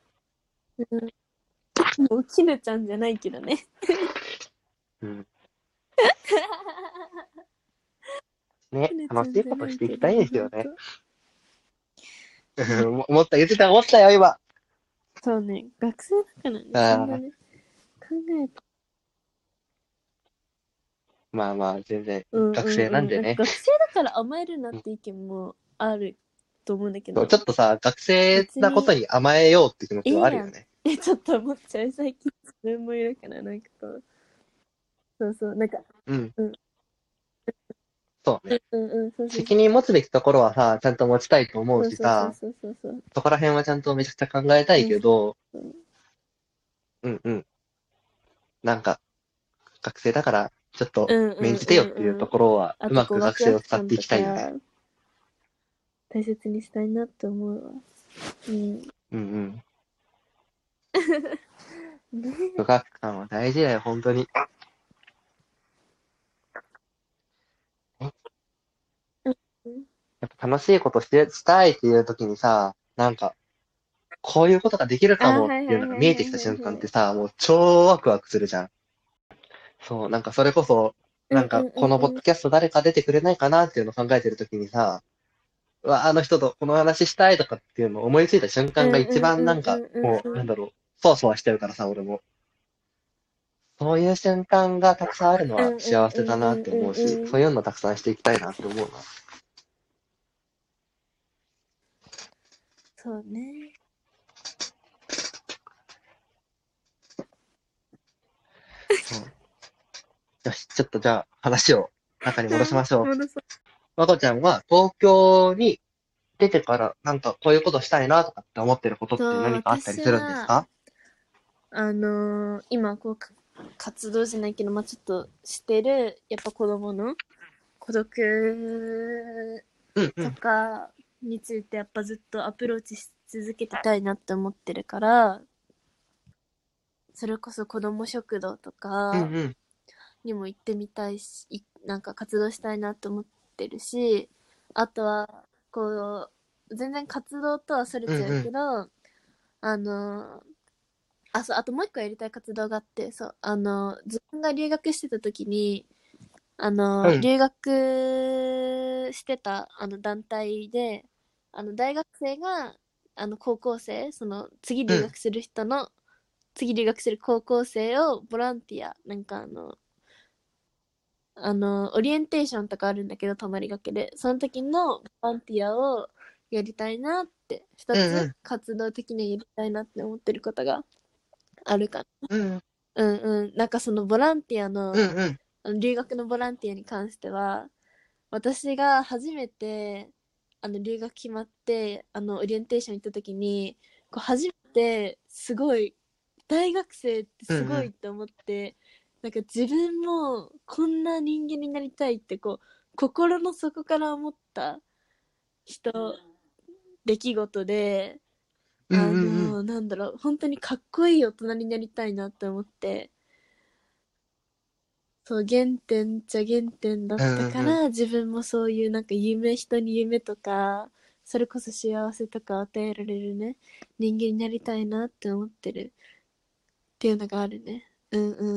[SPEAKER 2] もう、きぬちゃんじゃないけどね。
[SPEAKER 1] うん。ね、楽しいことしていきたいですよね。思った、思ったよ、今。
[SPEAKER 2] そうね、学生だからね、そんな
[SPEAKER 1] あ
[SPEAKER 2] ね、考えて。
[SPEAKER 1] まあまあ、全然、
[SPEAKER 2] うん
[SPEAKER 1] 学生なん
[SPEAKER 2] うんうん。
[SPEAKER 1] でね。
[SPEAKER 2] 学生だから甘えるなって意見もあると思うんだけ
[SPEAKER 1] そうちょ
[SPEAKER 2] ど、
[SPEAKER 1] っとさ、学生
[SPEAKER 2] 別に、
[SPEAKER 1] なことに甘えようって気持ちはある
[SPEAKER 2] やん。
[SPEAKER 1] よね。
[SPEAKER 2] ちょっと思っちゃう。最近自分もいるから、なんかこう、そうそう、なんか、
[SPEAKER 1] うん。
[SPEAKER 2] うん、
[SPEAKER 1] そうね。
[SPEAKER 2] そうそう
[SPEAKER 1] 責任持つべきところはさ、ちゃんと持ちたいと思う
[SPEAKER 2] そうそうそう
[SPEAKER 1] しさ、
[SPEAKER 2] そうそうそう。
[SPEAKER 1] そこら辺はちゃんとめちゃくちゃ考えたい
[SPEAKER 2] うん
[SPEAKER 1] けど、
[SPEAKER 2] そう
[SPEAKER 1] うんうん。なんか、学生だから、ちょっと、
[SPEAKER 2] うんうん
[SPEAKER 1] 免じてよっていう
[SPEAKER 2] うんうん。
[SPEAKER 1] ところは、
[SPEAKER 2] あと、こう、
[SPEAKER 1] うまく
[SPEAKER 2] ワク
[SPEAKER 1] 学生を使っ
[SPEAKER 2] ワク感と
[SPEAKER 1] ていきたいよね。
[SPEAKER 2] か、大切にしたいなって思うわ。うん。
[SPEAKER 1] うんうん。
[SPEAKER 2] ね
[SPEAKER 1] 部学感は大事だよ、本当に。やっぱ楽しいことしたいっていう時にさ、なんか、こういうことができるか
[SPEAKER 2] あ、
[SPEAKER 1] もっ
[SPEAKER 2] はい
[SPEAKER 1] ていうのが見え
[SPEAKER 2] はいはいはい
[SPEAKER 1] てきた瞬間
[SPEAKER 2] はいはい。
[SPEAKER 1] ってさ、もう超ワクワクするじゃん。そう、なんかそれこそ、なんかこのポッドキャスト誰か出てくれないかなっていうのを考えてる時にさ、うわ、あの人とこの話したいとかっていうのを思いついた瞬間が一番なんか、もう、なんだろう、そわそわしちゃうからさ、俺も。そういう瞬間がたくさんあるのは幸せだなって思うし、そういうのたくさんしていきたいなって思うな。
[SPEAKER 2] そうね。
[SPEAKER 1] そう。よし、ちょっとじゃあ話を中に戻しましょう。
[SPEAKER 2] 戻そう。
[SPEAKER 1] まこちゃんは東京に出てからなんかこういうことしたいなとかって思ってることって何かあったり
[SPEAKER 2] 私
[SPEAKER 1] するんです
[SPEAKER 2] は、
[SPEAKER 1] か？
[SPEAKER 2] 今、こう、活動じゃないけど、まあちょっとしてる、やっぱ子供の孤独と
[SPEAKER 1] うんうん。
[SPEAKER 2] かについてやっぱずっとアプローチし続けてたいなって思ってるから、それこそ子供食堂とか
[SPEAKER 1] うんうん。
[SPEAKER 2] にも行ってみたいし、なんか活動したいなって思ってるし、あとは、こう、全然活動とはそれちゃう
[SPEAKER 1] うんうん。
[SPEAKER 2] けど、あの、そう、あともう一個やりたい活動があって、そう、自分が留学してた時に、
[SPEAKER 1] うん。
[SPEAKER 2] 留学してた、団体で、大学生が、高校生、
[SPEAKER 1] うん。
[SPEAKER 2] 次留学する高校生をボランティア、なんかオリエンテーションとかあるんだけど、泊まりがけで、その時のボランティアをやりたいなって、一つ
[SPEAKER 1] うんうん。
[SPEAKER 2] 活動的にやりたいなって思ってることがあるかな。
[SPEAKER 1] うんうん。
[SPEAKER 2] うんうん。なんかそのボランティアの、
[SPEAKER 1] うんうん。
[SPEAKER 2] 留学のボランティアに関しては、私が初めて、留学決まって、オリエンテーション行った時に、こう、初めて、すごい、大学生ってすごいって思って、なんか自分もこんな人間になりたいって、こう、心の底から思った人、出来事で、
[SPEAKER 1] うんうんうん。
[SPEAKER 2] なんだろう、本当にかっこいい大人になりたいなって思って、そう、原点っちゃ原点だっ
[SPEAKER 1] うんうんうん。
[SPEAKER 2] たから、自分もそういうなんか人に夢とか、それこそ幸せとか与えられるね、人間になりたいなって思ってるっていうのがあるね。うんうん。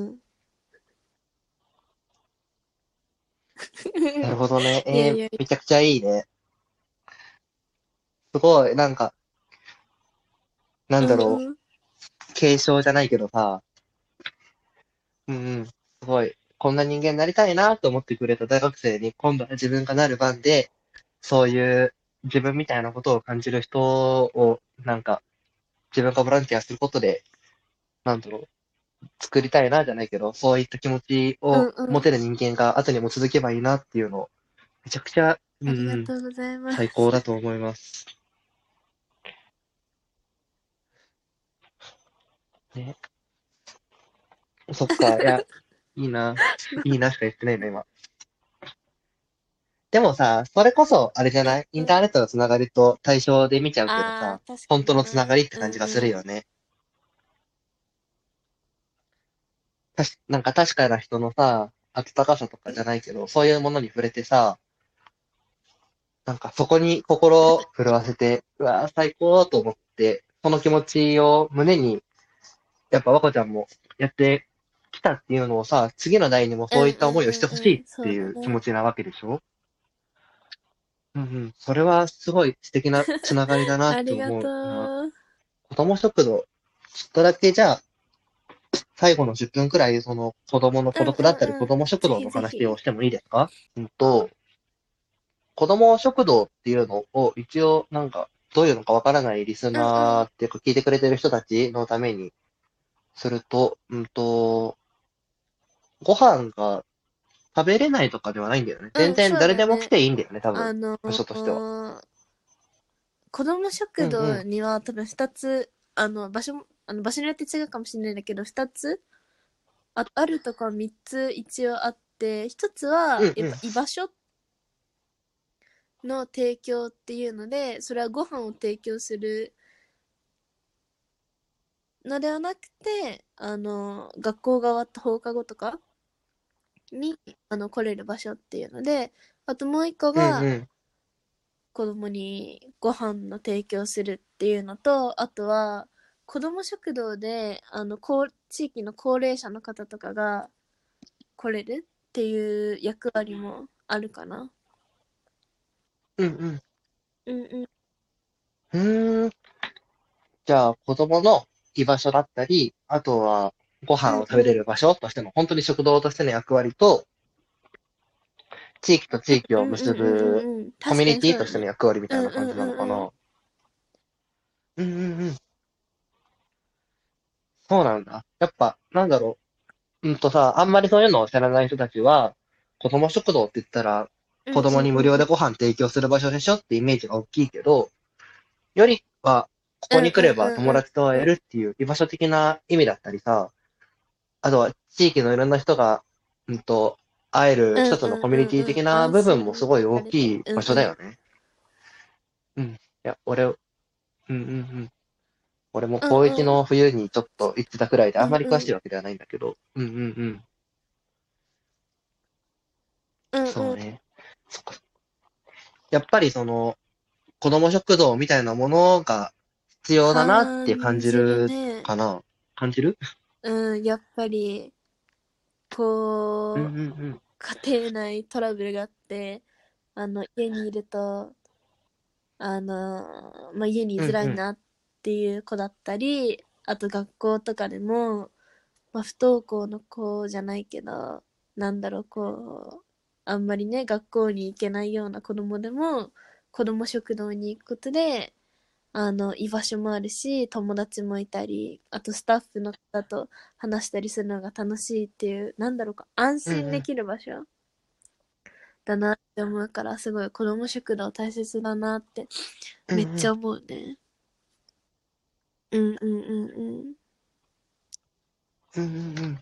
[SPEAKER 1] なるほどね。
[SPEAKER 2] いやいや、
[SPEAKER 1] めちゃくちゃいいね。 すごい、なんか、な
[SPEAKER 2] う
[SPEAKER 1] んだろう、
[SPEAKER 2] んうん。
[SPEAKER 1] 継承じゃないけどさ、うんうん、すごい、こんな人間になりたいなと思ってくれた大学生に、今度は自分がなる番で、そういう自分みたいなことを感じる人を、なんか、自分がボランティアすることで、なんだろう、作りたいなじゃないけど、そういった気持ちを
[SPEAKER 2] うんうん。
[SPEAKER 1] 持てる人間が後にも続けばいいなっていうのを、めちゃくちゃ、うん
[SPEAKER 2] あ
[SPEAKER 1] うん、
[SPEAKER 2] りがとうございま
[SPEAKER 1] 最高だ
[SPEAKER 2] す。
[SPEAKER 1] と思います。ね。そっか、いや、いいな。いいなしか言ってないの、今。でもさ、それこそ、あれじゃないインター
[SPEAKER 2] うん。
[SPEAKER 1] ネットのつながりと対象で見ちゃうけどさ、
[SPEAKER 2] ああ、確か
[SPEAKER 1] 本当のつなが
[SPEAKER 2] にな。
[SPEAKER 1] りって感じがす
[SPEAKER 2] うんうん。
[SPEAKER 1] るよね。なんか確かな人のさ、温かさとかじゃないけど、そういうものに触れてさ、なんかそこに心を震わせて、うわー最高と思って、その気持ちを胸に、やっぱ若ちゃんもやってきたっていうのをさ、次の代にもそういった
[SPEAKER 2] うんうん
[SPEAKER 1] 思いをしてほしいっ
[SPEAKER 2] うんうん。
[SPEAKER 1] て
[SPEAKER 2] そうだね。
[SPEAKER 1] いう気持ちなわけでしょ？うんうん。それはすごい素敵なつながりだなって
[SPEAKER 2] ありがと
[SPEAKER 1] 思うな。
[SPEAKER 2] う。
[SPEAKER 1] 子供食堂、ちょっとだけじゃあ、最後の10分くらい、その子供の孤
[SPEAKER 2] うん
[SPEAKER 1] 独だったり
[SPEAKER 2] うんうん。
[SPEAKER 1] 子供食堂
[SPEAKER 2] ぜひ
[SPEAKER 1] の話を
[SPEAKER 2] ぜひ。
[SPEAKER 1] してもいいですか？子供食堂っていうのを一応なんか、どういうのかわからないリス
[SPEAKER 2] うんうん。
[SPEAKER 1] ナーっていうか聞いてくれてる人たちのためにすると、ご飯が食べれないとかではないんだよね。全
[SPEAKER 2] うん、
[SPEAKER 1] 然
[SPEAKER 2] そう
[SPEAKER 1] 誰でも来
[SPEAKER 2] だね。
[SPEAKER 1] ていいんだよね、多分。
[SPEAKER 2] あの
[SPEAKER 1] 場所としては。
[SPEAKER 2] 子供食堂
[SPEAKER 1] うんうん。
[SPEAKER 2] には多分2つ、場所によって違うかもしれないんだけど、2つあるとこは3つ一応あって、1つは
[SPEAKER 1] うんうん。
[SPEAKER 2] やっぱ居場所の提供っていうので、それはご飯を提供するのではなくて、学校が終わった放課後とかに、来れる場所っていうので、あともう一個が、
[SPEAKER 1] うんうん。
[SPEAKER 2] 子供にご飯の提供するっていうのと、あとは、子供食堂で、地域の高齢者の方とかが来れるっていう役割もあるかな。
[SPEAKER 1] うん
[SPEAKER 2] うんうん。
[SPEAKER 1] うん。じゃあ、子供の居場所だったり、あとはご飯を食べれ
[SPEAKER 2] うんうん。
[SPEAKER 1] る場所としての、本当に食堂としての役割と、地域と地域を
[SPEAKER 2] うんうんうんう
[SPEAKER 1] 結ぶ
[SPEAKER 2] んうん。
[SPEAKER 1] コミュ
[SPEAKER 2] 確か
[SPEAKER 1] ニティとしての
[SPEAKER 2] にそうだね。
[SPEAKER 1] 役割みた
[SPEAKER 2] うんうん
[SPEAKER 1] いな感じなのか
[SPEAKER 2] うんうん。
[SPEAKER 1] な。うんうんうん。そうなんだ。やっぱ、なんだろう。あんまりそういうのを知らない人たちは、子供食堂って言ったら、
[SPEAKER 2] うんうん
[SPEAKER 1] 子供に無
[SPEAKER 2] うんうん。
[SPEAKER 1] 料でご飯提供する場所でしょってイメージが大きいけど、よりは、ここ
[SPEAKER 2] うんうん
[SPEAKER 1] に来れば
[SPEAKER 2] うんうん
[SPEAKER 1] 友達と会え
[SPEAKER 2] うん。
[SPEAKER 1] るっていう居場所的な意味だったりさ、あとは地域のいろんな人が、会える
[SPEAKER 2] うん
[SPEAKER 1] 一つのコミュニ
[SPEAKER 2] うんうんうん。
[SPEAKER 1] ティ的な
[SPEAKER 2] 安
[SPEAKER 1] 部分もす
[SPEAKER 2] 心
[SPEAKER 1] ごい大
[SPEAKER 2] されて。
[SPEAKER 1] きい場
[SPEAKER 2] うんうん。
[SPEAKER 1] 所だよね。うん。いや、うん。俺も
[SPEAKER 2] うん
[SPEAKER 1] 高一
[SPEAKER 2] うん。
[SPEAKER 1] の冬にちょっと行ってたくらいであんまり詳しい
[SPEAKER 2] うんうん。
[SPEAKER 1] わけではないんだけど。うん。
[SPEAKER 2] うんうん。
[SPEAKER 1] そうね。そっか。やっぱり子供食堂みたいなものが必要だなって感
[SPEAKER 2] 感じる
[SPEAKER 1] じる
[SPEAKER 2] ね。
[SPEAKER 1] かな。感じる？
[SPEAKER 2] うん、やっぱり、
[SPEAKER 1] うんう
[SPEAKER 2] こう、
[SPEAKER 1] ん
[SPEAKER 2] 家庭内トラブルがあって、家にいると、家に居づら
[SPEAKER 1] うんうん
[SPEAKER 2] いなっていう子だったり、あと学校とかでも、不登校の子じゃないけど、なんだろう、あんまりね、学校に行けないような子供でも、子供食堂に行くことで、居場所もあるし、友達もいたり、あとスタッフの方と話したりするのが楽しいっていう、なんだろうか、安
[SPEAKER 1] うんうん
[SPEAKER 2] 心できる場所だなって思うから、すごい子供食堂大切だなって
[SPEAKER 1] うんうん
[SPEAKER 2] めっちゃ思うね。うんうんうんうん。
[SPEAKER 1] うんうん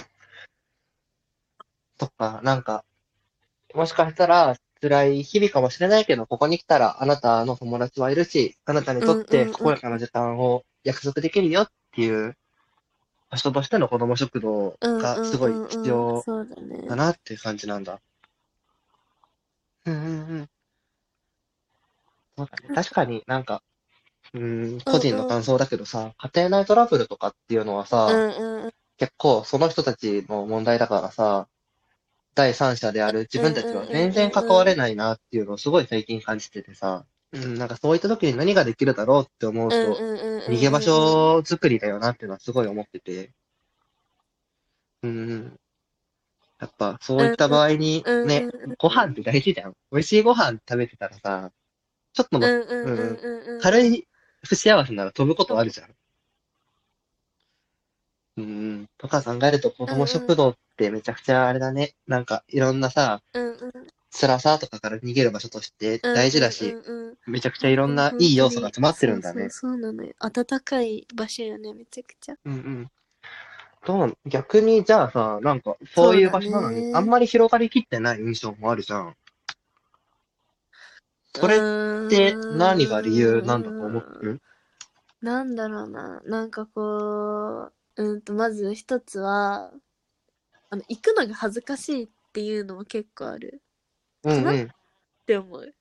[SPEAKER 1] そっか、なんか、もしかしたら辛い日々かもしれないけど、ここに来たらあなたの友達はいるし、あなたに
[SPEAKER 2] うん
[SPEAKER 1] とって
[SPEAKER 2] うんうん。
[SPEAKER 1] 健やかな時間を約束できるよっていう場所としての子供食堂
[SPEAKER 2] うんうんう
[SPEAKER 1] がすごい
[SPEAKER 2] んうん。
[SPEAKER 1] 必要
[SPEAKER 2] そうだね。
[SPEAKER 1] だなっていう感じなんだ。うん。そうだね。確かになんか、個人の
[SPEAKER 2] うんうん。
[SPEAKER 1] 感想だけどさ、家庭内トラブルとかっていうのは
[SPEAKER 2] う
[SPEAKER 1] さ、
[SPEAKER 2] んうんうん。
[SPEAKER 1] 結構その人たちの問題だからさ、第三者である自
[SPEAKER 2] うん
[SPEAKER 1] 分たちは
[SPEAKER 2] うんうん
[SPEAKER 1] 全然関
[SPEAKER 2] うんうん。
[SPEAKER 1] われないなっていうのをすごい最近感じててさ、 なんかそういった時に何ができるだろうって思う
[SPEAKER 2] うん
[SPEAKER 1] と、
[SPEAKER 2] うんうん
[SPEAKER 1] 逃げ場
[SPEAKER 2] うんうん
[SPEAKER 1] 所作りだよなっていうのはすごい思ってて、うん、やっぱそういった場合に
[SPEAKER 2] うん
[SPEAKER 1] ね、
[SPEAKER 2] うんうん
[SPEAKER 1] ご飯って大事じゃん。美味しいご飯食べてたらさ、ちょっとの、
[SPEAKER 2] うんうんうん
[SPEAKER 1] うん、
[SPEAKER 2] うんうんうん。
[SPEAKER 1] 軽い不幸せなら飛ぶことあるじゃん。とか考えると子供
[SPEAKER 2] うんうん
[SPEAKER 1] 食堂ってめちゃくちゃあれだね。なんかいろんなさ、
[SPEAKER 2] うんうん
[SPEAKER 1] 辛さとかから逃げる場所として
[SPEAKER 2] うん
[SPEAKER 1] 大
[SPEAKER 2] うんう
[SPEAKER 1] 事だし、
[SPEAKER 2] んうん。
[SPEAKER 1] めちゃくちゃい
[SPEAKER 2] 本当に
[SPEAKER 1] ろんないい要素が
[SPEAKER 2] 本当に、
[SPEAKER 1] 詰まってる
[SPEAKER 2] そうそう
[SPEAKER 1] んだね。
[SPEAKER 2] そうなのよ。暖かい場所よね、めちゃくちゃ。
[SPEAKER 1] うんうん。逆にじゃあさ、なんかそういう
[SPEAKER 2] そうだ
[SPEAKER 1] 場所なのにあん
[SPEAKER 2] ね。
[SPEAKER 1] まり広がりきってない印象もあるじゃん。
[SPEAKER 2] う
[SPEAKER 1] それって何が理由なんだと思って
[SPEAKER 2] ーん。
[SPEAKER 1] る？
[SPEAKER 2] なんだろうな。なんかこう、まず一つは、行くのが恥ずかしいっていうのも結構ある。かなっ
[SPEAKER 1] うんうん。
[SPEAKER 2] て思う。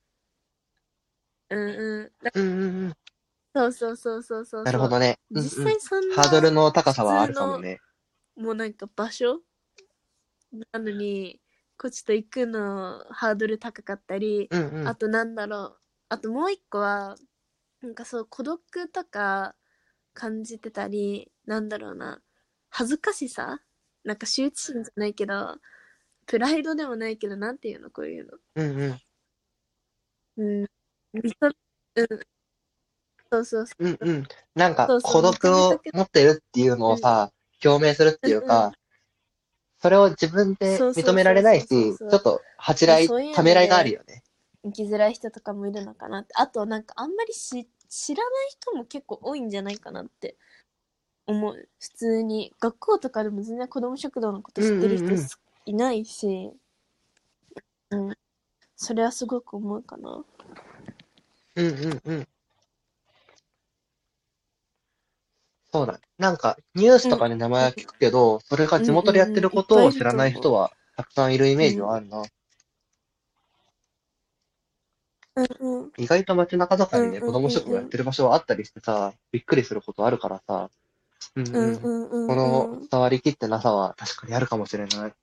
[SPEAKER 2] うんうん。
[SPEAKER 1] うんうんうん。
[SPEAKER 2] そうそうそうそうそうそう。
[SPEAKER 1] なるほどね。うんうん。
[SPEAKER 2] 実際そん
[SPEAKER 1] ハードル
[SPEAKER 2] な
[SPEAKER 1] の高
[SPEAKER 2] 普
[SPEAKER 1] さはあ
[SPEAKER 2] 通の、
[SPEAKER 1] るかもね。
[SPEAKER 2] もうなんか場所なのに、こうちょっと行くのハードル高かったり、
[SPEAKER 1] うんうん。
[SPEAKER 2] あとなんだろう。あともう一個は、なんかそう孤独とか感じてたり、なんだろうな。恥ずかしさなんか羞恥心じゃないけど、プライドでもないけど、なんていうのこういうの。
[SPEAKER 1] うんうん。
[SPEAKER 2] うん。うん、そうそうそう。
[SPEAKER 1] うんうん。なんか
[SPEAKER 2] そうそう、
[SPEAKER 1] 孤独
[SPEAKER 2] 認めたく、
[SPEAKER 1] を持ってるっていうの
[SPEAKER 2] うん。
[SPEAKER 1] をさ、表明するって
[SPEAKER 2] うんうん。
[SPEAKER 1] いうか、それを自分で
[SPEAKER 2] そうそう
[SPEAKER 1] 認められないし、
[SPEAKER 2] そうそうそうそう。
[SPEAKER 1] ちょっと恥じらい、
[SPEAKER 2] そういう
[SPEAKER 1] ためらいがある
[SPEAKER 2] ので
[SPEAKER 1] よね。
[SPEAKER 2] 生きづらい人とかもいるのかなって。あとなんかあんまり知らない人も結構多いんじゃないかなって思う。普通に。学校とかでも全然子供食堂のこと
[SPEAKER 1] うん
[SPEAKER 2] 知ってる人
[SPEAKER 1] うんうん。
[SPEAKER 2] いないし、うん。それはすごく思うかな。
[SPEAKER 1] うんうんうん。そうだ。なんか、ニュース
[SPEAKER 2] うん。
[SPEAKER 1] とかで名前は聞くけど、それが
[SPEAKER 2] うんう
[SPEAKER 1] 地元でやって
[SPEAKER 2] んうん。
[SPEAKER 1] るこ
[SPEAKER 2] いっぱいい
[SPEAKER 1] とを知らな
[SPEAKER 2] ると思う。
[SPEAKER 1] い人は、たくさんいるイメージ
[SPEAKER 2] うん。
[SPEAKER 1] はあるな。
[SPEAKER 2] うんうん。
[SPEAKER 1] 意外と街中とかにね、子
[SPEAKER 2] うんうん
[SPEAKER 1] 供食堂やっ
[SPEAKER 2] うんうん。
[SPEAKER 1] てる場所はあったりしてさ、びっくりすることあるからさ、うん
[SPEAKER 2] う
[SPEAKER 1] うん。
[SPEAKER 2] んうんう
[SPEAKER 1] こ
[SPEAKER 2] んうん。
[SPEAKER 1] の伝わりきってなさは確かにあるかもしれない。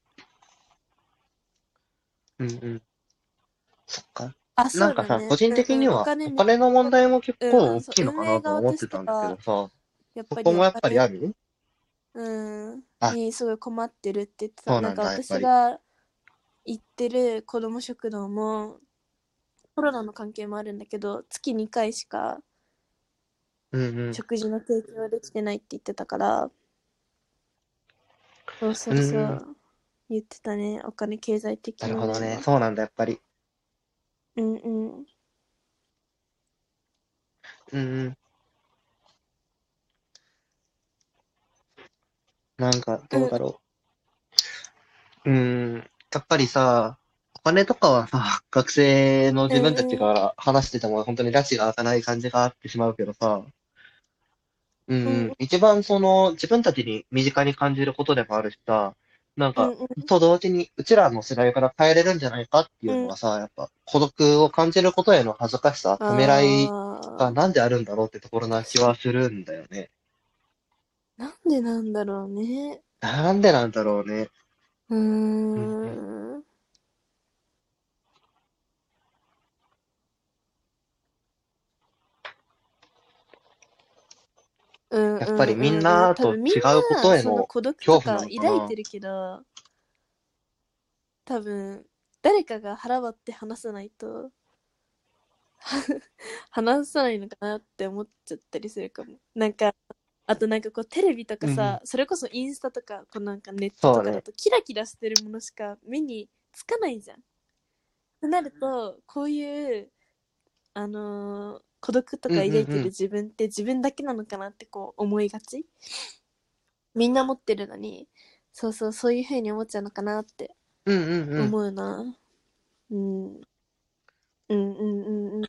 [SPEAKER 1] うんうん。そっか。
[SPEAKER 2] あ、
[SPEAKER 1] なんかさ、個
[SPEAKER 2] そうだね。
[SPEAKER 1] 人
[SPEAKER 2] うんうん。
[SPEAKER 1] 的には、
[SPEAKER 2] お金め、
[SPEAKER 1] お金の問題も結
[SPEAKER 2] うんうん、そう、
[SPEAKER 1] 構大きいのか
[SPEAKER 2] 運営
[SPEAKER 1] なと
[SPEAKER 2] 側とし
[SPEAKER 1] 思ってたんだけ
[SPEAKER 2] ては、
[SPEAKER 1] どさ、
[SPEAKER 2] やっぱり
[SPEAKER 1] そこもやっぱり
[SPEAKER 2] お金、
[SPEAKER 1] ある？あ、
[SPEAKER 2] にすごい困ってるって言ってた。
[SPEAKER 1] そうなんだ、やっぱり。
[SPEAKER 2] 私が行ってる子ども食堂も、コロナの関係もあるんだけど、月2回しか
[SPEAKER 1] うんうん。
[SPEAKER 2] 食事の提供できてないって言ってたから、そうそ
[SPEAKER 1] うん
[SPEAKER 2] うそ
[SPEAKER 1] うん。
[SPEAKER 2] う、言ってたね。お金経済的
[SPEAKER 1] なるほどね。
[SPEAKER 2] な面は。
[SPEAKER 1] そうなんだ、やっぱり。
[SPEAKER 2] うんうん。
[SPEAKER 1] うんうん。なんか、
[SPEAKER 2] うんうん
[SPEAKER 1] どうだろう。やっぱりさ、お金とかはさ、学生の自分たち
[SPEAKER 2] うん
[SPEAKER 1] が話してても本当に拉致が開かない感じがあってしまうけどさ、
[SPEAKER 2] うん
[SPEAKER 1] 一番その自分たちに身近に感じることでもあるしさ、なんか、
[SPEAKER 2] うんうん
[SPEAKER 1] と同時にうちらの世代から変えれるんじゃないかっていう
[SPEAKER 2] うん。
[SPEAKER 1] のはさ、やっぱ孤独を感じることへの恥ずかしさ、ためらいが
[SPEAKER 2] あ
[SPEAKER 1] なんであるんだろうってところな気
[SPEAKER 2] 確かに。
[SPEAKER 1] はするんだよね。
[SPEAKER 2] なんでなんだろうね。
[SPEAKER 1] なんでなんだろうね。
[SPEAKER 2] うー
[SPEAKER 1] うんうん。
[SPEAKER 2] ん。うんう
[SPEAKER 1] やっぱりみん
[SPEAKER 2] んうんうん。
[SPEAKER 1] なと
[SPEAKER 2] 多分みん
[SPEAKER 1] 違うこと
[SPEAKER 2] な、
[SPEAKER 1] への
[SPEAKER 2] その孤独と
[SPEAKER 1] 恐怖な
[SPEAKER 2] か
[SPEAKER 1] のかな。
[SPEAKER 2] 抱いてるけど、多分、誰かが腹割って話さないと、話さないのかなって思っちゃったりするかも。なんか、あとなんかこうテレビとか
[SPEAKER 1] うんうん。
[SPEAKER 2] さ、それこそインスタとか、こうなんかネット
[SPEAKER 1] そうね。
[SPEAKER 2] とかだとキラキラしてるものしか目につかないじゃん。となると、こういう、孤独と
[SPEAKER 1] うん
[SPEAKER 2] か抱い
[SPEAKER 1] うんうん。
[SPEAKER 2] てる自分って自分だけなのかなってこう思いがちみんな持ってるのに、そうそう、そういう風に思っちゃうのかなって
[SPEAKER 1] うんうんうん。
[SPEAKER 2] 思うな。うん。うんうんうんうん。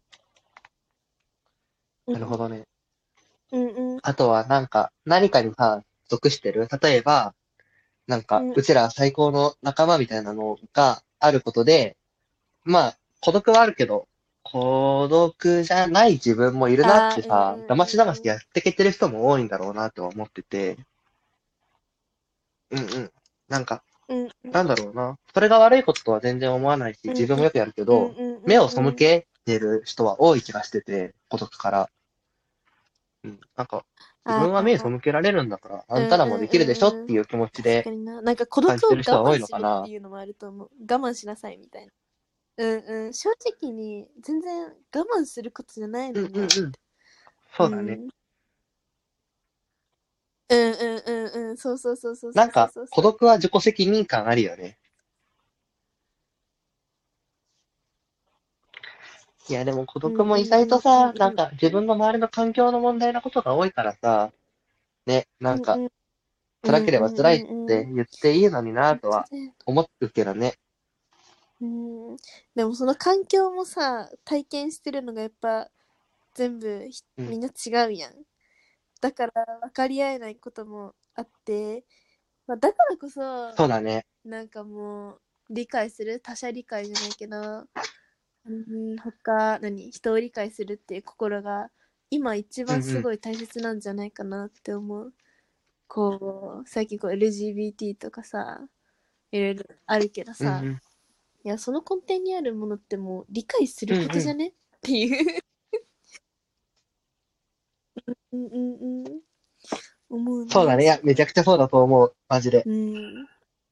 [SPEAKER 2] うん
[SPEAKER 1] なるほどね。
[SPEAKER 2] うんうん
[SPEAKER 1] あとはなんか、何かにさ、属してる。例えば、なんか、
[SPEAKER 2] うん
[SPEAKER 1] うちら最高の仲間みたいなのがあることで、まあ、孤独はあるけど、孤独じゃない自分もいるなっ
[SPEAKER 2] あー、うんう
[SPEAKER 1] てさ、だましだまし
[SPEAKER 2] んうん
[SPEAKER 1] やってけてる人も多いんだろうなとは思ってて、うんうん。なんか、
[SPEAKER 2] うんうん
[SPEAKER 1] なんだろうな。それが悪いこととは全然思わないし、
[SPEAKER 2] うんうん
[SPEAKER 1] 自分もよくやるけ
[SPEAKER 2] うん
[SPEAKER 1] ど、
[SPEAKER 2] うんう
[SPEAKER 1] 目を
[SPEAKER 2] んうん
[SPEAKER 1] 背けてる人は多い気がしてて、孤独から。なんか、自
[SPEAKER 2] あ
[SPEAKER 1] 分は目背
[SPEAKER 2] あ、
[SPEAKER 1] けられるんだから、あ
[SPEAKER 2] うん
[SPEAKER 1] んたらもできるでしょっ
[SPEAKER 2] うんうん。
[SPEAKER 1] ていう気持ちで
[SPEAKER 2] 確かにな。なんか孤独
[SPEAKER 1] 感じてる人は多
[SPEAKER 2] を我慢
[SPEAKER 1] いのかな。
[SPEAKER 2] しろっていうのもあると思う。我慢しなさいみたいな。うんうん。正直に全然我慢することじゃない
[SPEAKER 1] うん
[SPEAKER 2] のになって。
[SPEAKER 1] うんうん。
[SPEAKER 2] う
[SPEAKER 1] そうだね。
[SPEAKER 2] ん。うんうんうんうん。そうそうそうそうそうそう
[SPEAKER 1] なんか、
[SPEAKER 2] そうそう。
[SPEAKER 1] 孤独は自己責任感あるよね。いや、でも孤
[SPEAKER 2] うん
[SPEAKER 1] 独も意
[SPEAKER 2] うんうんう
[SPEAKER 1] 外とさ、
[SPEAKER 2] んうん。
[SPEAKER 1] なんか自分の周りの環境の問題なことが多いからさ、ね、なんか
[SPEAKER 2] うんうん
[SPEAKER 1] 辛ければ
[SPEAKER 2] うんうん
[SPEAKER 1] 辛いっ
[SPEAKER 2] うんうん。
[SPEAKER 1] て言っていいのにな
[SPEAKER 2] 本
[SPEAKER 1] とは
[SPEAKER 2] 当だよ。
[SPEAKER 1] 思うけどね。
[SPEAKER 2] うん。でもその環境もさ、体験してるのがやっぱ全部
[SPEAKER 1] うん。
[SPEAKER 2] みんな違うやん。だから分かり合えないこともあって、まあ、だからこそ、
[SPEAKER 1] そうだね。
[SPEAKER 2] なんかもう、理解する他者理解じゃないけど、人を理解するっていう心が、今一番す
[SPEAKER 1] うんうん。
[SPEAKER 2] ごい大切なんじゃないかなって思う。こう、最近こう LGBT とかさ、いろいろあるけどさ、
[SPEAKER 1] うんうん。
[SPEAKER 2] いや、その根底にあるものってもう理解する
[SPEAKER 1] うんうん。
[SPEAKER 2] ことじゃねっていう、うんうんうん、思うな、
[SPEAKER 1] そうだね。いや、
[SPEAKER 2] すごい。
[SPEAKER 1] めちゃくちゃそうだと思う。マジで。
[SPEAKER 2] うん。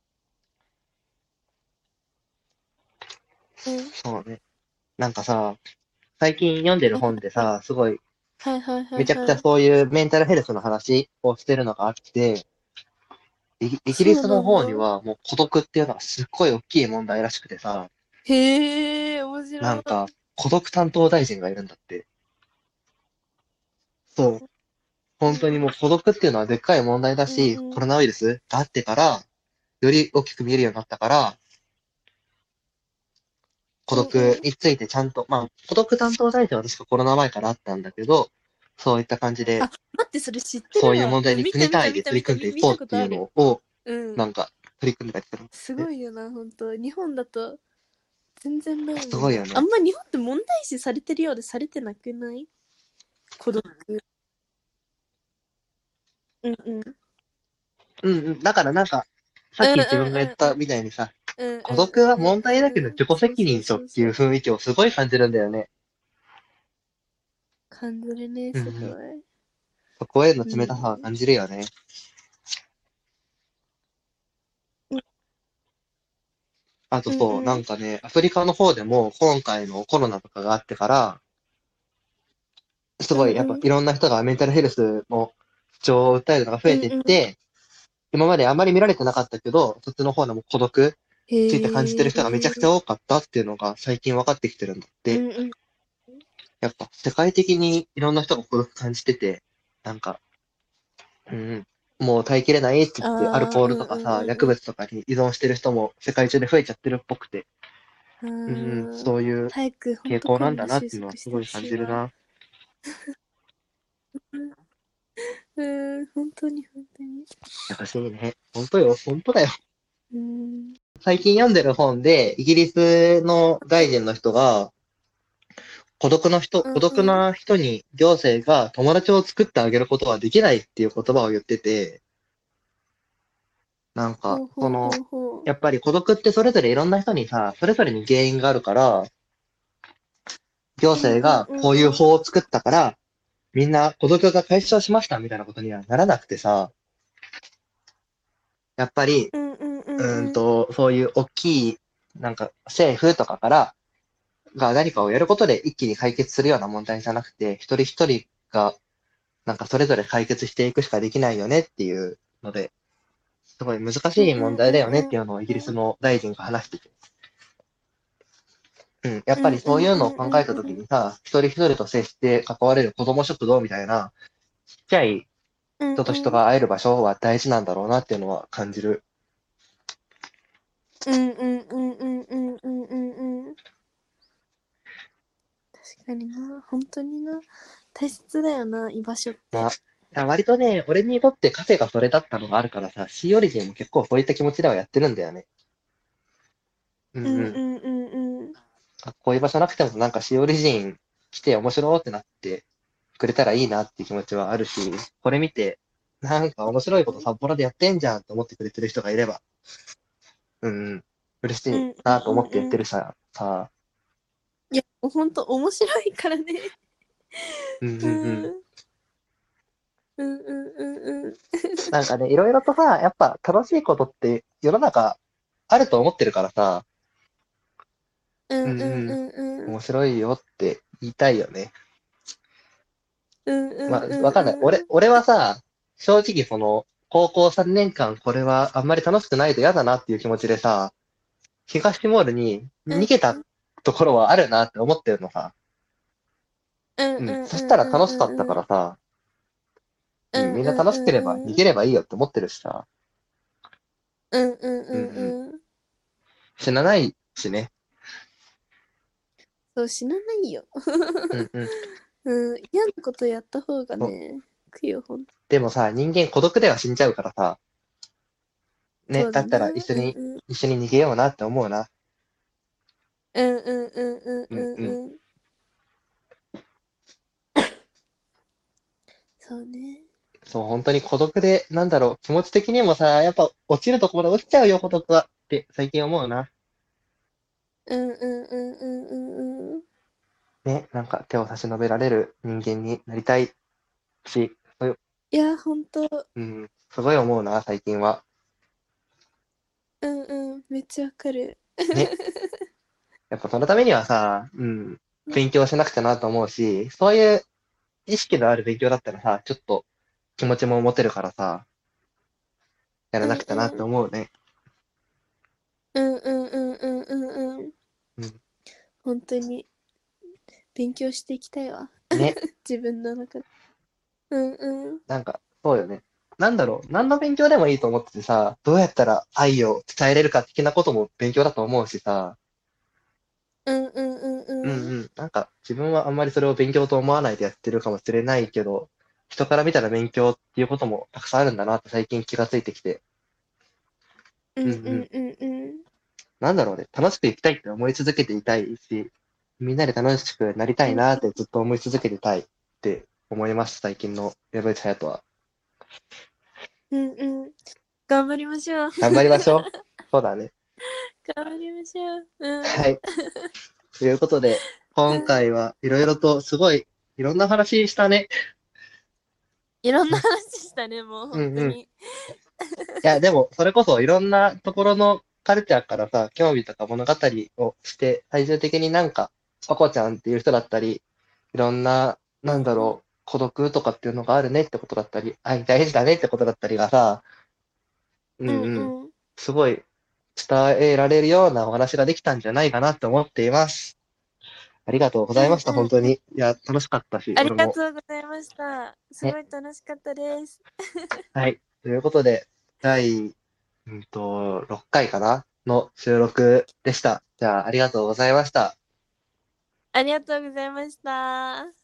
[SPEAKER 2] うん。
[SPEAKER 1] そうね。なんかさ、最近読んでる本でさ、すごい、
[SPEAKER 2] はいはいはい
[SPEAKER 1] めちゃくち
[SPEAKER 2] はい。
[SPEAKER 1] ゃそういうメンタルヘルスの話をしてるのがあって、イギリ
[SPEAKER 2] そう
[SPEAKER 1] スの
[SPEAKER 2] なんだ。
[SPEAKER 1] 方にはもう孤独っていうのはすっごい大きい問題らしくてさ、
[SPEAKER 2] へえ、面白い。
[SPEAKER 1] なんか孤独担当大臣がいるんだって。そう。本当にもう孤独っていうのはでっかい問題だ
[SPEAKER 2] うん
[SPEAKER 1] し、コ
[SPEAKER 2] うん。
[SPEAKER 1] ロナウイルスがあってから、より大きく見えるようになったから、孤
[SPEAKER 2] うんうん。
[SPEAKER 1] 独についてちゃんと、まあ、孤独担当大臣は確かコロナ前からあったんだけど、そういった感じ
[SPEAKER 2] あ、
[SPEAKER 1] で、
[SPEAKER 2] 待って、それ知って
[SPEAKER 1] そう
[SPEAKER 2] るわ。
[SPEAKER 1] いう問題に
[SPEAKER 2] 見た見た
[SPEAKER 1] 国単位で
[SPEAKER 2] 見た見た、
[SPEAKER 1] 取り組んでい
[SPEAKER 2] 見
[SPEAKER 1] こうっていう
[SPEAKER 2] たことある。
[SPEAKER 1] のを、
[SPEAKER 2] うん。
[SPEAKER 1] なんか、取り組んでたりするんだっ
[SPEAKER 2] すご
[SPEAKER 1] て。
[SPEAKER 2] いよな、ほんと。日本だと全然ないもんな。
[SPEAKER 1] すごいよね。
[SPEAKER 2] あんま日本って問題視されてるようでされてなくない？孤独。うんうん。
[SPEAKER 1] うんうん。だからなんか、さっ
[SPEAKER 2] うんうん
[SPEAKER 1] き自分が言った
[SPEAKER 2] うんうん。
[SPEAKER 1] みたいにさ、
[SPEAKER 2] うんうん
[SPEAKER 1] 孤独は
[SPEAKER 2] うん
[SPEAKER 1] 問題だけど
[SPEAKER 2] うんうん。
[SPEAKER 1] 自己
[SPEAKER 2] そうそう
[SPEAKER 1] 責任でしょっ
[SPEAKER 2] そうそう。
[SPEAKER 1] ていう雰囲気をすごい感じるんだよね。
[SPEAKER 2] 感じるね、すご
[SPEAKER 1] うんうん。
[SPEAKER 2] い。
[SPEAKER 1] そこへの
[SPEAKER 2] う
[SPEAKER 1] 冷たさは
[SPEAKER 2] ん。
[SPEAKER 1] 感じるよね。
[SPEAKER 2] うん
[SPEAKER 1] あとそう、な
[SPEAKER 2] うんうん。
[SPEAKER 1] んかね、アフリカの方でも今回のコロナとかがあってから、すごいやっぱ
[SPEAKER 2] うんうん。
[SPEAKER 1] いろんな人がメンタルヘルスの不調を訴えるのが増えていっ
[SPEAKER 2] うんうん。
[SPEAKER 1] て、今まであまり見られてなかったけど、そっちの方でも孤独について感じてる
[SPEAKER 2] へ
[SPEAKER 1] 人がめちゃくち
[SPEAKER 2] え。
[SPEAKER 1] ゃ多かったっていうのが最近分かってきてるんだって。
[SPEAKER 2] うんうん。
[SPEAKER 1] やっぱ世界的にいろんな人が孤独感じてて、なんか、うん、もう耐えきれないって言って、アル
[SPEAKER 2] ああ、
[SPEAKER 1] コー
[SPEAKER 2] うんう
[SPEAKER 1] ルとかさ、薬
[SPEAKER 2] んうん
[SPEAKER 1] 物とかに依存してる人も世界中で増えちゃってるっぽくて、
[SPEAKER 2] う
[SPEAKER 1] うん、
[SPEAKER 2] ん。
[SPEAKER 1] そういう
[SPEAKER 2] 早くほん
[SPEAKER 1] 傾
[SPEAKER 2] とコロ
[SPEAKER 1] 向なんだなっ
[SPEAKER 2] ナ収束
[SPEAKER 1] ていうのはす
[SPEAKER 2] してほ
[SPEAKER 1] ごい感
[SPEAKER 2] しいわ。
[SPEAKER 1] じるな。
[SPEAKER 2] うん、本当に本当に。
[SPEAKER 1] 優しいね。本当よ、本当だよ。
[SPEAKER 2] うん。
[SPEAKER 1] 最近読んでる本で、イギリスの大臣の人が、孤独
[SPEAKER 2] うんうん。
[SPEAKER 1] な人に行政が友達を作ってあげることはできないっていう言葉を言ってて、なんか、
[SPEAKER 2] ほうほうほうほう。
[SPEAKER 1] やっぱり孤独ってそれぞれいろんな人にさ、それぞれに原因があるから、行
[SPEAKER 2] うん
[SPEAKER 1] 政
[SPEAKER 2] うんうん
[SPEAKER 1] がこういう
[SPEAKER 2] うん。
[SPEAKER 1] 法を作ったから、みんな孤独が解消しましたみたいなことにはならなくてさ、やっぱり、
[SPEAKER 2] うんうんうんうん。
[SPEAKER 1] そういう大きい、なんか政府とかからが何かをやることで一気に解決するような問題じゃなくて、一人一人がなんかそれぞれ解決していくしかできないよねっていうので、すごい難しい問
[SPEAKER 2] うんうんう
[SPEAKER 1] 題だよねっ
[SPEAKER 2] んうん。
[SPEAKER 1] ていうのをイギリスの大臣が話してて。うん、やっ
[SPEAKER 2] うん
[SPEAKER 1] ぱりそういうのを
[SPEAKER 2] うんうん
[SPEAKER 1] 考えたとき
[SPEAKER 2] うんうん。
[SPEAKER 1] にさ、一人一人と接して関われる子ども食堂みたいな、ちっちゃい
[SPEAKER 2] うん
[SPEAKER 1] 人と人
[SPEAKER 2] うん。
[SPEAKER 1] が会える場所は大事なんだろうなっていうのは感じる。
[SPEAKER 2] うんうんうんうんうんうんうんうん。確かにな。本当にな。大切だよな、居場所って。
[SPEAKER 1] まあ、割とね、俺にとってカフェがそれだったのがあるからさ、シーオリジンも結構そういった気持ちではやってるんだよね。うん
[SPEAKER 2] うん
[SPEAKER 1] うん。
[SPEAKER 2] うんうんうん。
[SPEAKER 1] こういう場所なくてもなんかシーオリジン来て面白いってなってくれたらいいなっていう気持ちはあるし、これ見て、なんか面白いこと札幌でやってんじゃんって思ってくれてる人がいれば、うんうん、嬉しい
[SPEAKER 2] うんうん
[SPEAKER 1] なと思ってやっ
[SPEAKER 2] うんうん。
[SPEAKER 1] てるさ、
[SPEAKER 2] いや、 ほんと面白いからね。
[SPEAKER 1] うんうん
[SPEAKER 2] う
[SPEAKER 1] うん。
[SPEAKER 2] ん。うんうんうんうん。
[SPEAKER 1] なんかね、いろいろとさ、やっぱ楽しいことって世の中あると思ってるからさ、
[SPEAKER 2] うんうん
[SPEAKER 1] うんうん。
[SPEAKER 2] うんうん。
[SPEAKER 1] 面白いよって言いたいよね。
[SPEAKER 2] うんうん
[SPEAKER 1] まあ、
[SPEAKER 2] うん
[SPEAKER 1] わかんない。
[SPEAKER 2] うん。
[SPEAKER 1] 俺はさ、正直高校3年間これはあんまり楽しくないと嫌だなっていう気持ちでさ、東モールに
[SPEAKER 2] うん
[SPEAKER 1] 逃げたところはあるなって思ってるのさ。うん。
[SPEAKER 2] うんうん
[SPEAKER 1] そしたら
[SPEAKER 2] うん
[SPEAKER 1] 楽しかった
[SPEAKER 2] うんうん。
[SPEAKER 1] からさ、うん、
[SPEAKER 2] うん
[SPEAKER 1] みんな
[SPEAKER 2] うんう
[SPEAKER 1] 楽しければ
[SPEAKER 2] んうん。
[SPEAKER 1] 逃げればいいよって思ってるしさ。
[SPEAKER 2] うんうん
[SPEAKER 1] うんうん。
[SPEAKER 2] うんうん。
[SPEAKER 1] 死なないしね。
[SPEAKER 2] そう、死なないよ。
[SPEAKER 1] うんうん。
[SPEAKER 2] うん、嫌なことやった方が
[SPEAKER 1] そう。
[SPEAKER 2] ね、苦よ、ほんと。
[SPEAKER 1] でもさ、人間孤独では死んじゃうからさ、ね、
[SPEAKER 2] そうだな。
[SPEAKER 1] だったら
[SPEAKER 2] うんうん。
[SPEAKER 1] 一緒に逃げようなって思うな。
[SPEAKER 2] うんうんうんうん
[SPEAKER 1] うんうん。
[SPEAKER 2] うんうん。そうね。
[SPEAKER 1] そう、本当に孤独で、なんだろう、気持ち的にもさ、やっぱ落ちるところまで落ちちゃうよ、孤独は。って最近思うな。
[SPEAKER 2] うんうんうんうんうんうん。
[SPEAKER 1] ね、なんか手を差し伸べられる人間になりたいし、そういう、
[SPEAKER 2] いや、ほんと。
[SPEAKER 1] うん、すごい思うな、最近は。
[SPEAKER 2] うんうん。めっちゃわかる。
[SPEAKER 1] ね、やっぱそのためにはさ、うん、勉強しなくちゃなと思うし、そういう意識のある勉強だったらさ、ちょっと気持ちも持てるからさ、やら
[SPEAKER 2] うん
[SPEAKER 1] なくちゃなって
[SPEAKER 2] うん。
[SPEAKER 1] 思うね。
[SPEAKER 2] うんうんうんうんうんうん。
[SPEAKER 1] うん。
[SPEAKER 2] 本当に勉強していきたいわ。
[SPEAKER 1] ね、
[SPEAKER 2] 自分の中で。うんうん。
[SPEAKER 1] なんか、そうよね。なんだろう、何の勉強でもいいと思っててさ、どうやったら愛を伝えれるか的なことも勉強だと思うしさ、
[SPEAKER 2] うんうんうん
[SPEAKER 1] うん
[SPEAKER 2] うん。
[SPEAKER 1] うん。なんか、自分はあんまりそれを勉強と思わないでやってるかもしれないけど、人から見たら勉強っていうこともたくさんあるんだなって最近気がついてきて。
[SPEAKER 2] うんうん
[SPEAKER 1] うんうん。
[SPEAKER 2] うんうん。
[SPEAKER 1] なんだろうね、楽しく生きたいって思い続けていたいし、みんなで楽しくなりたいなってずっと思い続けてたいって思います、最近の矢部隼人は。
[SPEAKER 2] うんうん。頑張りましょう。
[SPEAKER 1] 頑張りましょう。そうだね。
[SPEAKER 2] 頑張りましょう。うん。
[SPEAKER 1] はい。ということで、今回はいろいろとすごいいろんな話したね。
[SPEAKER 2] いろんな話したね、もう
[SPEAKER 1] うんうん。い
[SPEAKER 2] 本当に。
[SPEAKER 1] や、でも、それこそいろんなところのカルチャーからさ、興味とか物語をして、最終的になんか、パコちゃんっていう人だったり、いろんな、なんだ
[SPEAKER 2] うんうん。
[SPEAKER 1] ろう、孤独とかっていうのがあるねってことだったり、愛大事だねってことだったりがさ、う
[SPEAKER 2] うん
[SPEAKER 1] んうん、
[SPEAKER 2] うん。
[SPEAKER 1] すごい伝えられるようなお話ができたんじゃないかなって思っています。ありがとうございました、
[SPEAKER 2] うんうん。
[SPEAKER 1] 本当に。いや、楽しかったし、
[SPEAKER 2] あり
[SPEAKER 1] 俺も。
[SPEAKER 2] がとうございました。す
[SPEAKER 1] ね。
[SPEAKER 2] ごい楽しかったです。
[SPEAKER 1] はい。ということで、6回かなの収録でした。じゃあ、ありがとうございました。
[SPEAKER 2] ありがとうございました。